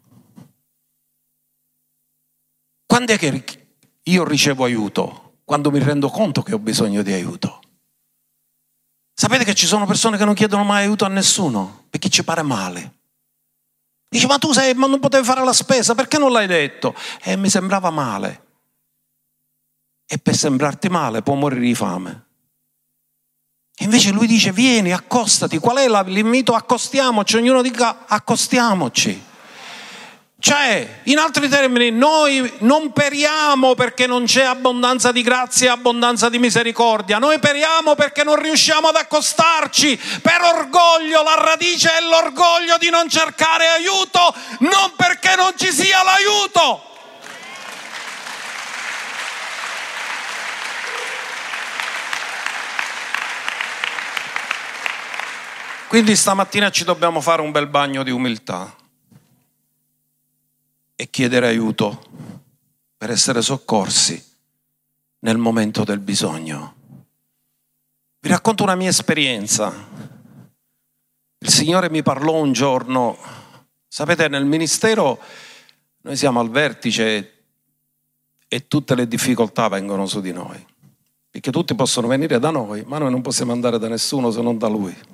A: Quando è che io ricevo aiuto? Quando mi rendo conto che ho bisogno di aiuto. Sapete che ci sono persone che non chiedono mai aiuto a nessuno perché ci pare male. Dice, ma tu ma non potevi fare la spesa, perché non l'hai detto? Mi sembrava male. E per sembrarti male può morire di fame. E invece lui dice, vieni, accostati. Qual è l'invito? Accostiamoci, ognuno dica accostiamoci. Cioè, in altri termini, noi non periamo perché non c'è abbondanza di grazia e abbondanza di misericordia. Noi periamo perché non riusciamo ad accostarci per orgoglio. La radice è l'orgoglio di non cercare aiuto, non perché non ci sia l'aiuto. Quindi stamattina ci dobbiamo fare un bel bagno di umiltà e chiedere aiuto per essere soccorsi nel momento del bisogno. Vi racconto una mia esperienza. Il Signore mi parlò un giorno, sapete, nel ministero noi siamo al vertice e tutte le difficoltà vengono su di noi, perché tutti possono venire da noi, ma noi non possiamo andare da nessuno se non da Lui.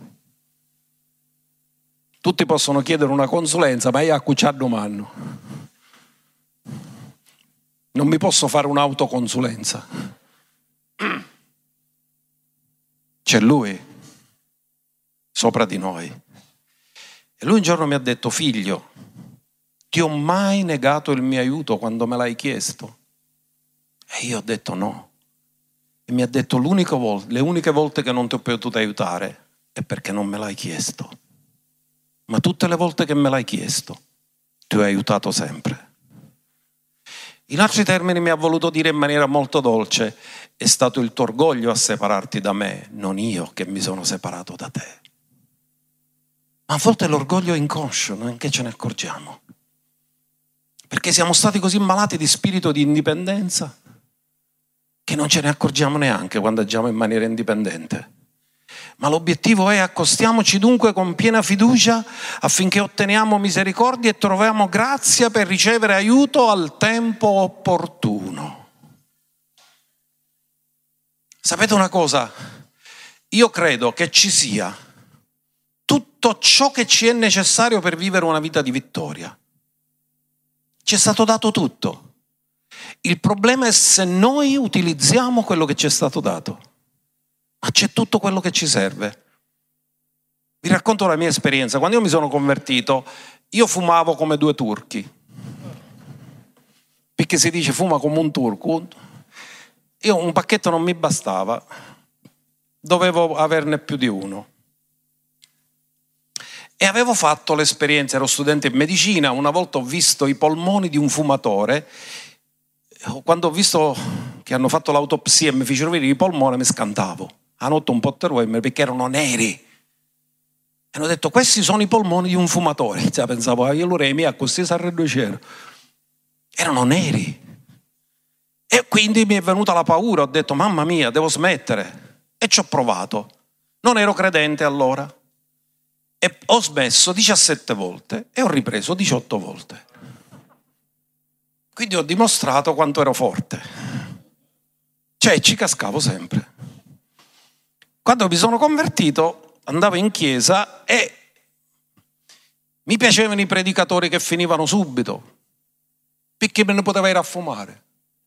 A: Tutti possono chiedere una consulenza, ma io a cucciarlo manno. Non mi posso fare un'autoconsulenza. C'è Lui sopra di noi. E Lui un giorno mi ha detto, figlio, ti ho mai negato il mio aiuto quando me l'hai chiesto? E io ho detto no. E mi ha detto, le uniche volte che non ti ho potuto aiutare è perché non me l'hai chiesto. Ma tutte le volte che me l'hai chiesto, ti ho aiutato sempre. In altri termini mi ha voluto dire in maniera molto dolce, è stato il tuo orgoglio a separarti da me, non io che mi sono separato da te. Ma a volte l'orgoglio è inconscio, neanche ce ne accorgiamo. Perché siamo stati così malati di spirito di indipendenza che non ce ne accorgiamo neanche quando agiamo in maniera indipendente. Ma l'obiettivo è accostiamoci dunque con piena fiducia affinché otteniamo misericordia e troviamo grazia per ricevere aiuto al tempo opportuno. Sapete una cosa? Io credo che ci sia tutto ciò che ci è necessario per vivere una vita di vittoria. Ci è stato dato tutto. Il problema è se noi utilizziamo quello che ci è stato dato. Ma c'è tutto quello che ci serve. Vi racconto la mia esperienza. Quando io mi sono convertito, io fumavo come due turchi. Perché si dice fuma come un turco. Io un pacchetto non mi bastava, dovevo averne più di uno. E avevo fatto l'esperienza, ero studente in medicina, una volta ho visto i polmoni di un fumatore, quando ho visto che hanno fatto l'autopsia e mi fecero vedere i polmoni mi scantavo, hanno fatto un po' terrore perché erano neri. E hanno detto questi sono i polmoni di un fumatore, cioè, pensavo io allora i miei a così sarrebbero c'era. Erano neri. E quindi mi è venuta la paura, ho detto mamma mia devo smettere e ci ho provato, non ero credente allora e ho smesso 17 volte e ho ripreso 18 volte, quindi ho dimostrato quanto ero forte, cioè ci cascavo sempre. Quando mi sono convertito andavo in chiesa e mi piacevano i predicatori che finivano subito perché me ne poteva ir a fumare.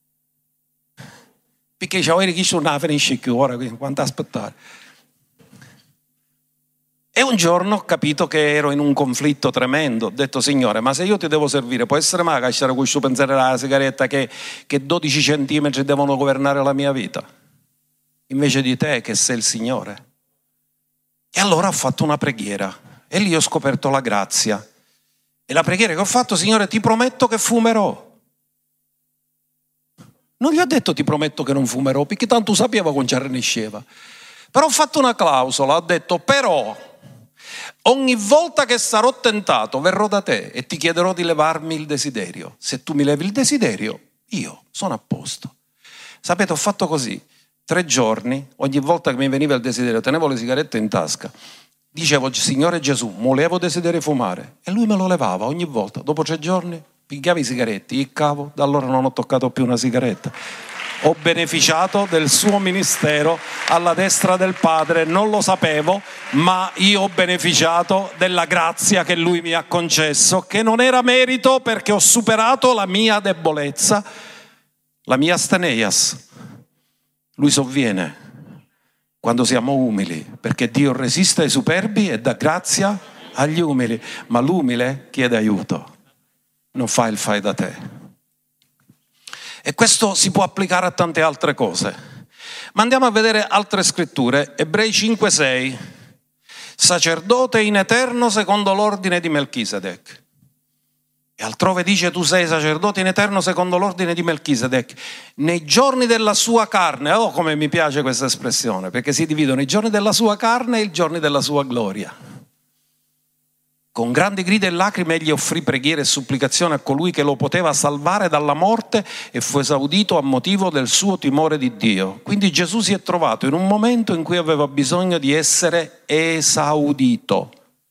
A: Perché dicevo, chi non finisce più ora, quanto aspettare? E un giorno ho capito che ero in un conflitto tremendo. Ho detto, Signore, ma se io ti devo servire, può essere mai che c'era questo pensiero della sigaretta che 12 centimetri devono governare la mia vita? Invece di te che sei il Signore. E allora ho fatto una preghiera e lì ho scoperto la grazia. E la preghiera che ho fatto, Signore, ti prometto che fumerò. Non gli ho detto ti prometto che non fumerò, perché tanto sapeva con ci arrenisceva. Però ho fatto una clausola, ho detto però ogni volta che sarò tentato verrò da te e ti chiederò di levarmi il desiderio. Se tu mi levi il desiderio, io sono a posto. Sapete, ho fatto così, 3 giorni, ogni volta che mi veniva il desiderio, tenevo le sigarette in tasca, dicevo, Signore Gesù, volevo desiderio fumare, e lui me lo levava ogni volta. Dopo 3 giorni pigliavo i sigaretti, il cavo, da allora non ho toccato più una sigaretta. Ho beneficiato del suo ministero alla destra del Padre, non lo sapevo, ma io ho beneficiato della grazia che lui mi ha concesso, che non era merito perché ho superato la mia debolezza, la mia asteneias. Lui sovviene quando siamo umili, perché Dio resiste ai superbi e dà grazia agli umili, ma l'umile chiede aiuto. Non fa il fai da te. E questo si può applicare a tante altre cose. Ma andiamo a vedere altre scritture. Ebrei 5,6. Sacerdote in eterno secondo l'ordine di Melchisedec. E altrove dice tu sei sacerdote in eterno secondo l'ordine di Melchisedec. Nei giorni della sua carne. Oh, come mi piace questa espressione, perché si dividono i giorni della sua carne e i giorni della sua gloria. Con grandi grida e lacrime egli offrì preghiere e supplicazioni a colui che lo poteva salvare dalla morte e fu esaudito a motivo del suo timore di Dio. Quindi Gesù si è trovato in un momento in cui aveva bisogno di essere esaudito.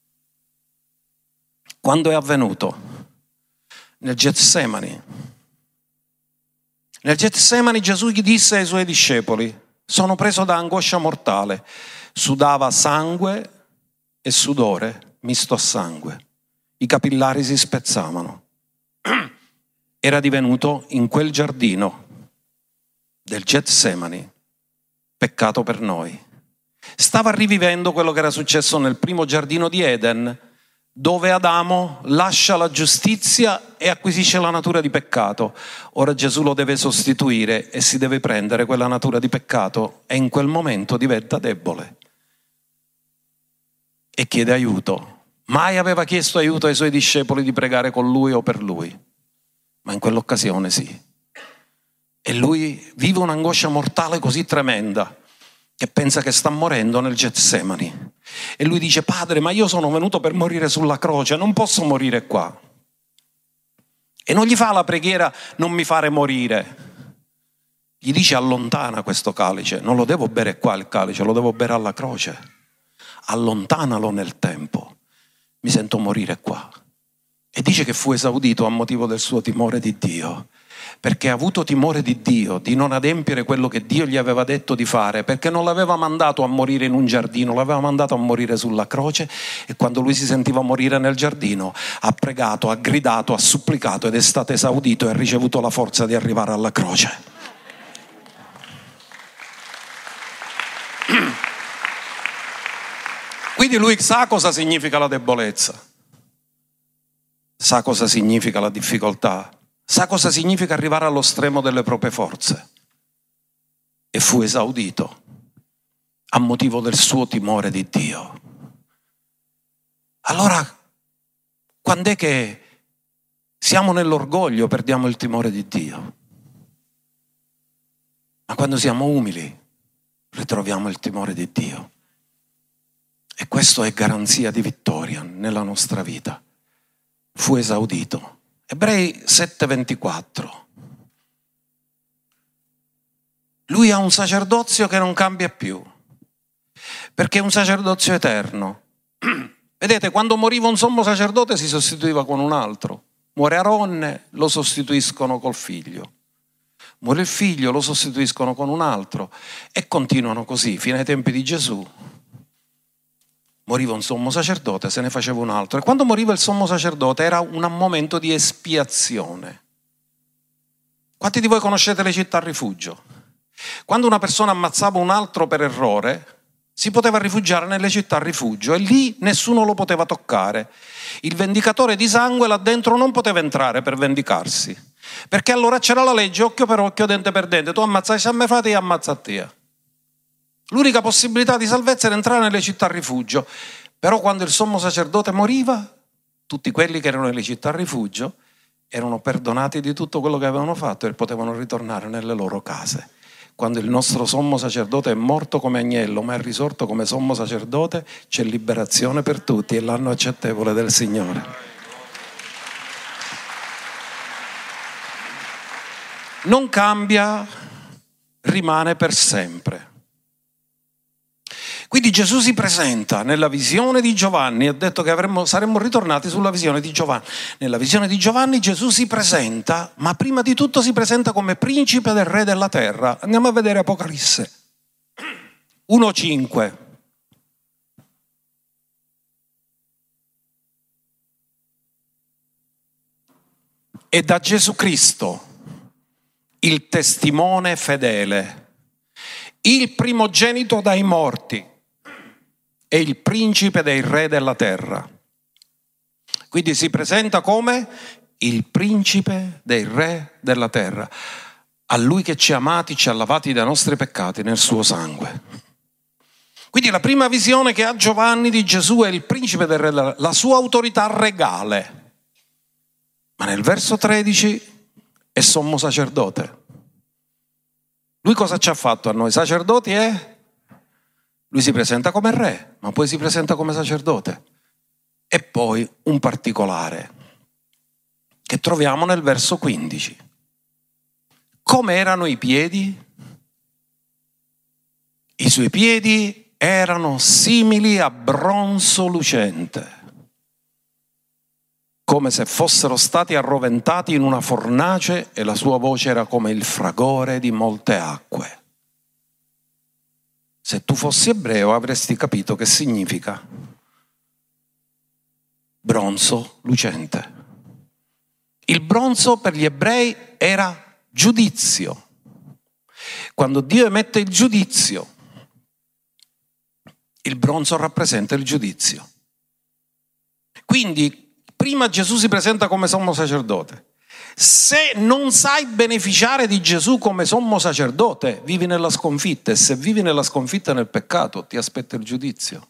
A: Quando è avvenuto? Nel Getsemani. Nel Getsemani Gesù gli disse ai suoi discepoli, sono preso da angoscia mortale, sudava sangue e sudore misto a sangue, i capillari si spezzavano. Era divenuto in quel giardino del Getsemani peccato per noi. Stava rivivendo quello che era successo nel primo giardino di Eden, dove Adamo lascia la giustizia e acquisisce la natura di peccato. Ora Gesù lo deve sostituire e si deve prendere quella natura di peccato e in quel momento diventa debole e chiede aiuto. Mai aveva chiesto aiuto ai suoi discepoli di pregare con lui o per lui, ma in quell'occasione sì. E lui vive un'angoscia mortale così tremenda che pensa che sta morendo nel Getsemani. E lui dice, Padre, ma io sono venuto per morire sulla croce, non posso morire qua. E non gli fa la preghiera, non mi fare morire. Gli dice, allontana questo calice, non lo devo bere qua il calice, lo devo bere alla croce. Allontanalo nel tempo. Mi sento morire qua. E dice che fu esaudito a motivo del suo timore di Dio, perché ha avuto timore di Dio, di non adempiere quello che Dio gli aveva detto di fare, perché non l'aveva mandato a morire in un giardino, l'aveva mandato a morire sulla croce, e quando lui si sentiva morire nel giardino ha pregato, ha gridato, ha supplicato ed è stato esaudito e ha ricevuto la forza di arrivare alla croce. Quindi lui sa cosa significa la debolezza, sa cosa significa la difficoltà, sa cosa significa arrivare allo stremo delle proprie forze, e fu esaudito a motivo del suo timore di Dio. Allora, quando è che siamo nell'orgoglio perdiamo il timore di Dio? Ma quando siamo umili ritroviamo il timore di Dio. E questo è garanzia di vittoria nella nostra vita. Fu esaudito. Ebrei 7:24. Lui ha un sacerdozio che non cambia più, perché è un sacerdozio eterno. Vedete, quando moriva un sommo sacerdote si sostituiva con un altro. Muore Aronne, lo sostituiscono col figlio. Muore il figlio, lo sostituiscono con un altro. E continuano così, fino ai tempi di Gesù. Moriva un sommo sacerdote, se ne faceva un altro. E quando moriva il sommo sacerdote era un momento di espiazione. Quanti di voi conoscete le città rifugio? Quando una persona ammazzava un altro per errore, si poteva rifugiare nelle città rifugio e lì nessuno lo poteva toccare. Il vendicatore di sangue là dentro non poteva entrare per vendicarsi, perché allora c'era la legge occhio per occhio, dente per dente. Tu ammazzai a me frate, io ammazzo a te. L'unica possibilità di salvezza era entrare nelle città rifugio. Però quando il sommo sacerdote moriva, tutti quelli che erano nelle città rifugio erano perdonati di tutto quello che avevano fatto e potevano ritornare nelle loro case. Quando il nostro sommo sacerdote è morto come agnello ma è risorto come sommo sacerdote, c'è liberazione per tutti e l'anno accettevole del Signore. Non cambia, rimane per sempre. Quindi Gesù si presenta nella visione di Giovanni, ha detto che saremmo ritornati sulla visione di Giovanni. Nella visione di Giovanni Gesù si presenta, ma prima di tutto si presenta come principe del re della terra. Andiamo a vedere Apocalisse 1:5. E da Gesù Cristo, il testimone fedele, il primogenito dai morti, è il principe dei re della terra. Quindi si presenta come il principe dei re della terra. A lui che ci ha amati, ci ha lavati dai nostri peccati nel suo sangue. Quindi la prima visione che ha Giovanni di Gesù è il principe del re della terra, la sua autorità regale. Ma nel verso 13 è sommo sacerdote. Lui cosa ci ha fatto a noi? Sacerdoti Lui si presenta come re, ma poi si presenta come sacerdote. E poi un particolare che troviamo nel verso 15. Come erano i piedi? I suoi piedi erano simili a bronzo lucente, come se fossero stati arroventati in una fornace, e la sua voce era come il fragore di molte acque. Se tu fossi ebreo avresti capito che significa bronzo lucente. Il bronzo per gli ebrei era giudizio. Quando Dio emette il giudizio, il bronzo rappresenta il giudizio. Quindi prima Gesù si presenta come sommo sacerdote. Se non sai beneficiare di Gesù come sommo sacerdote, vivi nella sconfitta, e se vivi nella sconfitta nel peccato ti aspetta il giudizio.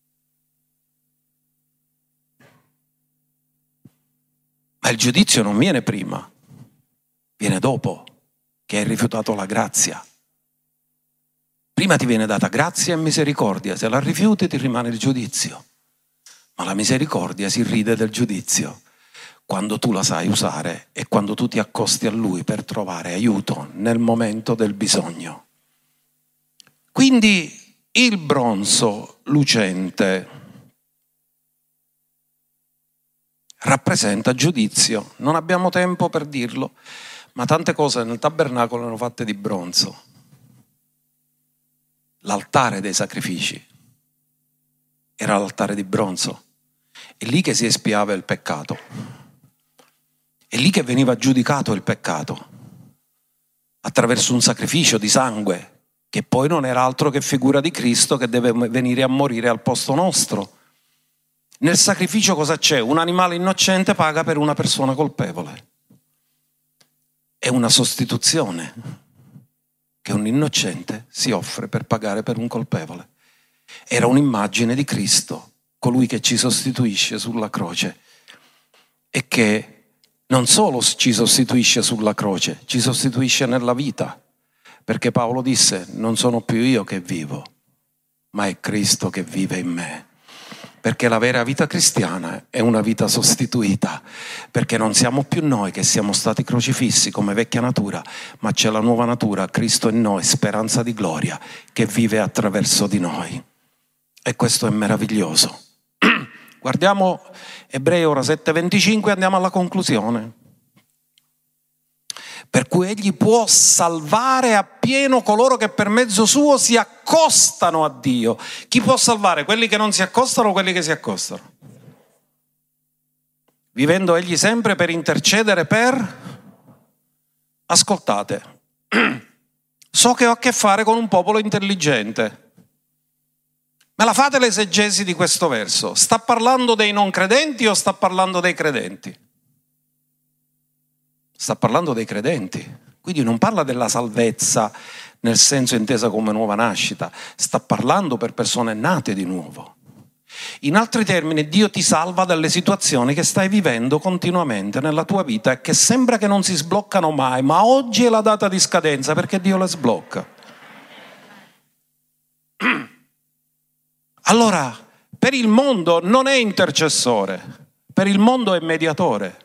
A: Ma il giudizio non viene prima, viene dopo che hai rifiutato la grazia. Prima ti viene data grazia e misericordia, se la rifiuti ti rimane il giudizio. Ma la misericordia si ride del giudizio quando tu la sai usare e quando tu ti accosti a Lui per trovare aiuto nel momento del bisogno. Quindi il bronzo lucente rappresenta giudizio. Non abbiamo tempo per dirlo, ma tante cose nel tabernacolo erano fatte di bronzo. L'altare dei sacrifici era l'altare di bronzo. È lì che si espiava il peccato. È lì che veniva giudicato il peccato, attraverso un sacrificio di sangue, che poi non era altro che figura di Cristo che deve venire a morire al posto nostro. Nel sacrificio cosa c'è? Un animale innocente paga per una persona colpevole. È una sostituzione che un innocente si offre per pagare per un colpevole. Era un'immagine di Cristo, colui che ci sostituisce sulla croce e che non solo ci sostituisce sulla croce, ci sostituisce nella vita, perché Paolo disse: non sono più io che vivo, ma è Cristo che vive in me. Perché la vera vita cristiana è una vita sostituita, perché non siamo più noi che siamo stati crocifissi come vecchia natura, ma c'è la nuova natura, Cristo in noi, speranza di gloria, che vive attraverso di noi. E questo è meraviglioso. Guardiamo Ebrei ora 7:25 e andiamo alla conclusione. Per cui egli può salvare appieno coloro che per mezzo suo si accostano a Dio. Chi può salvare? Quelli che non si accostano o quelli che si accostano? Vivendo egli sempre per intercedere per... Ascoltate, so che ho a che fare con un popolo intelligente. Me la fate l'esegesi di questo verso? Sta parlando dei non credenti o sta parlando dei credenti? Sta parlando dei credenti, quindi non parla della salvezza nel senso intesa come nuova nascita, sta parlando per persone nate di nuovo. In altri termini, Dio ti salva dalle situazioni che stai vivendo continuamente nella tua vita e che sembra che non si sbloccano mai, ma oggi è la data di scadenza perché Dio le sblocca. Allora, per il mondo non è intercessore, per il mondo è mediatore.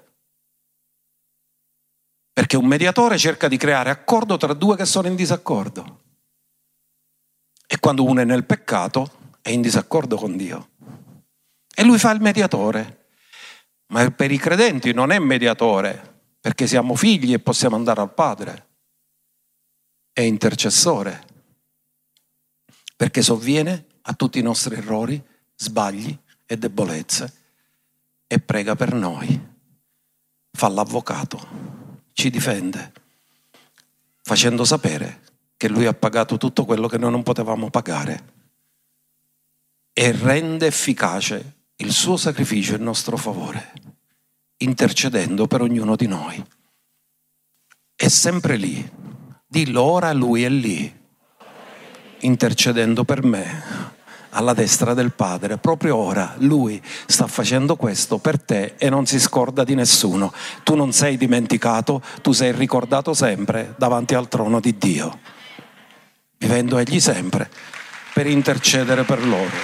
A: Perché un mediatore cerca di creare accordo tra due che sono in disaccordo. E quando uno è nel peccato è in disaccordo con Dio. E lui fa il mediatore. Ma per i credenti non è mediatore, perché siamo figli e possiamo andare al Padre. È intercessore. Perché sovviene a tutti i nostri errori, sbagli e debolezze e prega per noi. Fa l'avvocato. Ci difende, facendo sapere che lui ha pagato tutto quello che noi non potevamo pagare e rende efficace il suo sacrificio in nostro favore, intercedendo per ognuno di noi. È sempre lì. Dillo ora, lui è lì, intercedendo per me. Alla destra del Padre, proprio ora lui sta facendo questo per te e non si scorda di nessuno. Tu non sei dimenticato, tu sei ricordato sempre davanti al trono di Dio, vivendo egli sempre per intercedere per loro.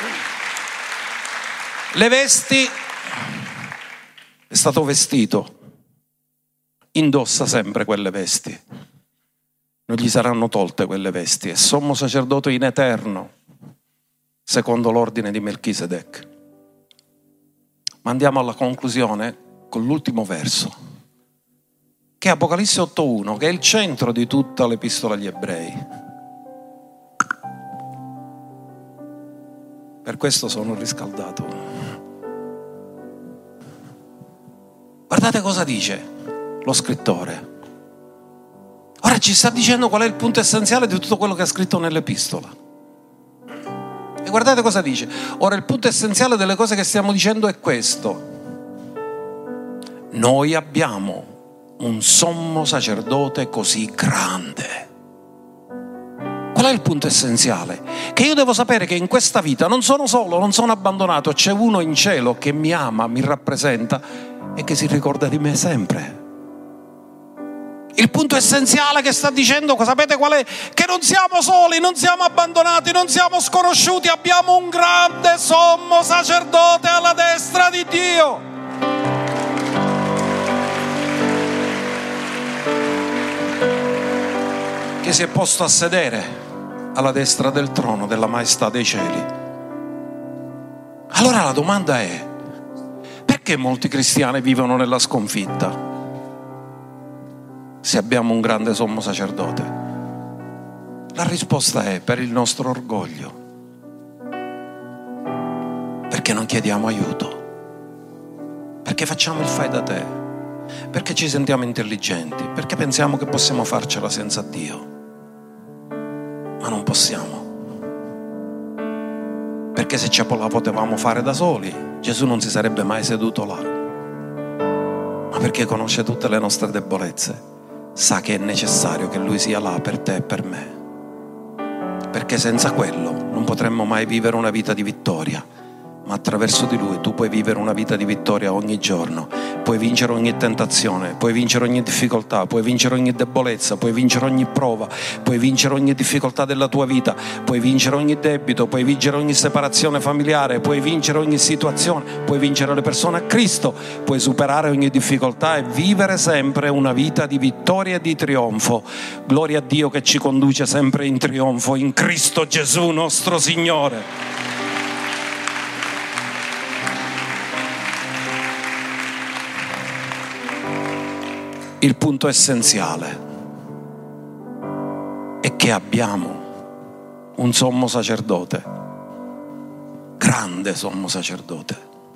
A: Le vesti, è stato vestito, indossa sempre quelle vesti, non gli saranno tolte quelle vesti, è sommo sacerdote in eterno, secondo l'ordine di Melchisedec. Ma andiamo alla conclusione con l'ultimo verso, che è Apocalisse 8:1, che è il centro di tutta l'epistola agli Ebrei. Per questo sono riscaldato. Guardate cosa dice lo scrittore. Ora ci sta dicendo qual è il punto essenziale di tutto quello che ha scritto nell'epistola. E guardate cosa dice. Ora il punto essenziale delle cose che stiamo dicendo è questo. Noi abbiamo un sommo sacerdote così grande. Qual è il punto essenziale? Che io devo sapere che in questa vita non sono solo, non sono abbandonato, c'è uno in cielo che mi ama, mi rappresenta e che si ricorda di me sempre. Il punto essenziale che sta dicendo, sapete qual è? Che non siamo soli, non siamo abbandonati, non siamo sconosciuti, abbiamo un grande sommo sacerdote alla destra di Dio. Che si è posto a sedere alla destra del trono della maestà dei cieli. Allora la domanda è: Perché molti cristiani vivono nella sconfitta se abbiamo un grande sommo sacerdote? La risposta è per il nostro orgoglio, perché non chiediamo aiuto, perché facciamo il fai da te, perché ci sentiamo intelligenti, perché pensiamo che possiamo farcela senza Dio, ma non possiamo. Perché se ce la potevamo fare da soli, Gesù non si sarebbe mai seduto là. Ma perché conosce tutte le nostre debolezze, sa che è necessario che Lui sia là per te e per me. Perché senza quello non potremmo mai vivere una vita di vittoria. Ma attraverso di Lui tu puoi vivere una vita di vittoria ogni giorno, puoi vincere ogni tentazione, puoi vincere ogni difficoltà, puoi vincere ogni debolezza, puoi vincere ogni prova, puoi vincere ogni difficoltà della tua vita, puoi vincere ogni debito, puoi vincere ogni separazione familiare, puoi vincere ogni situazione, puoi vincere le persone a Cristo, puoi superare ogni difficoltà e vivere sempre una vita di vittoria e di trionfo. Gloria a Dio che ci conduce sempre in trionfo in Cristo Gesù nostro Signore. Il punto essenziale è che abbiamo un sommo sacerdote, grande sommo sacerdote.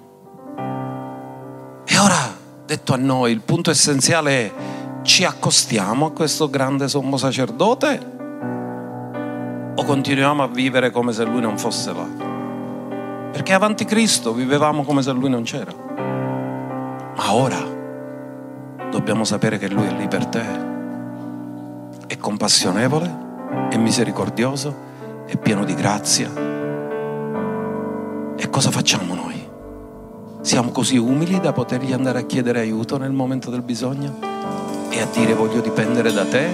A: E ora, detto a noi, il punto essenziale è: ci accostiamo a questo grande sommo sacerdote o continuiamo a vivere come se Lui non fosse là? Perché avanti Cristo vivevamo come se Lui non c'era. Ma ora dobbiamo sapere che Lui è lì per te, è compassionevole, è misericordioso, è pieno di grazia. E cosa facciamo noi? Siamo così umili da potergli andare a chiedere aiuto nel momento del bisogno e a dire: voglio dipendere da te?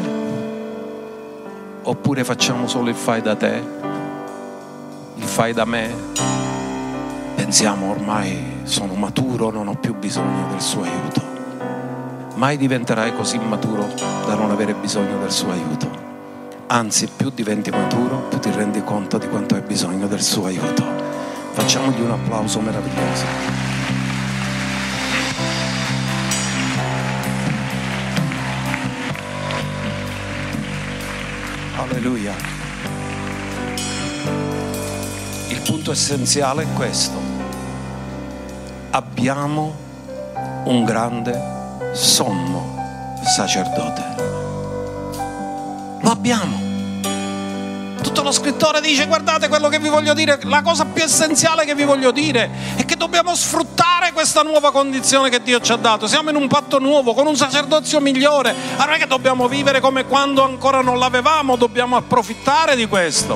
A: Oppure facciamo solo il fai da te, il fai da me? Pensiamo: ormai sono maturo, non ho più bisogno del suo aiuto. Mai diventerai così maturo da non avere bisogno del suo aiuto. Anzi, più diventi maturo, più ti rendi conto di quanto hai bisogno del suo aiuto. Facciamogli un applauso meraviglioso. Alleluia. Il punto essenziale è questo: abbiamo un grande sommo sacerdote. Lo abbiamo. Tutto lo scrittore dice: guardate quello che vi voglio dire, la cosa più essenziale che vi voglio dire è che dobbiamo sfruttare questa nuova condizione che Dio ci ha dato. Siamo in un patto nuovo con un sacerdozio migliore. Allora non è che dobbiamo vivere come quando ancora non l'avevamo, dobbiamo approfittare di questo.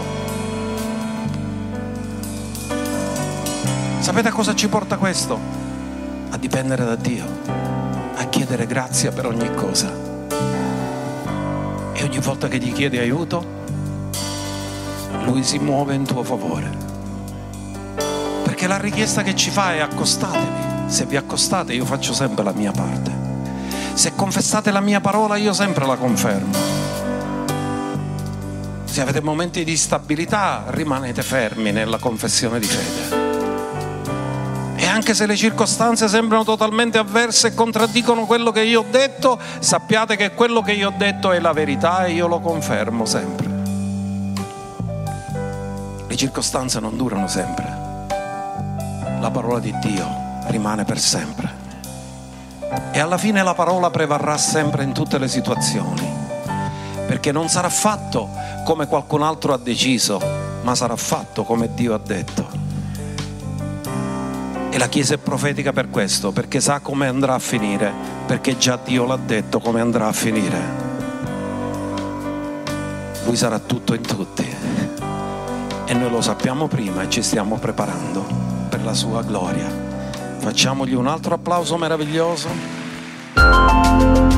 A: Sapete a cosa ci porta questo? A dipendere da Dio, a chiedere grazia per ogni cosa. E ogni volta che gli chiedi aiuto, Lui si muove in tuo favore. Perché la richiesta che ci fa è: accostatevi. Se vi accostate, io faccio sempre la mia parte. Se confessate la mia parola, io sempre la confermo. Se avete momenti di instabilità, rimanete fermi nella confessione di fede. E anche se le circostanze sembrano totalmente avverse e contraddicono quello che io ho detto, sappiate che quello che io ho detto è la verità e io lo confermo sempre. Le circostanze non durano sempre. La parola di Dio rimane per sempre. E alla fine la parola prevarrà sempre in tutte le situazioni. Perché non sarà fatto come qualcun altro ha deciso, ma sarà fatto come Dio ha detto. E la Chiesa è profetica per questo, perché sa come andrà a finire, perché già Dio l'ha detto come andrà a finire. Lui sarà tutto in tutti e noi lo sappiamo prima e ci stiamo preparando per la sua gloria. Facciamogli un altro applauso meraviglioso.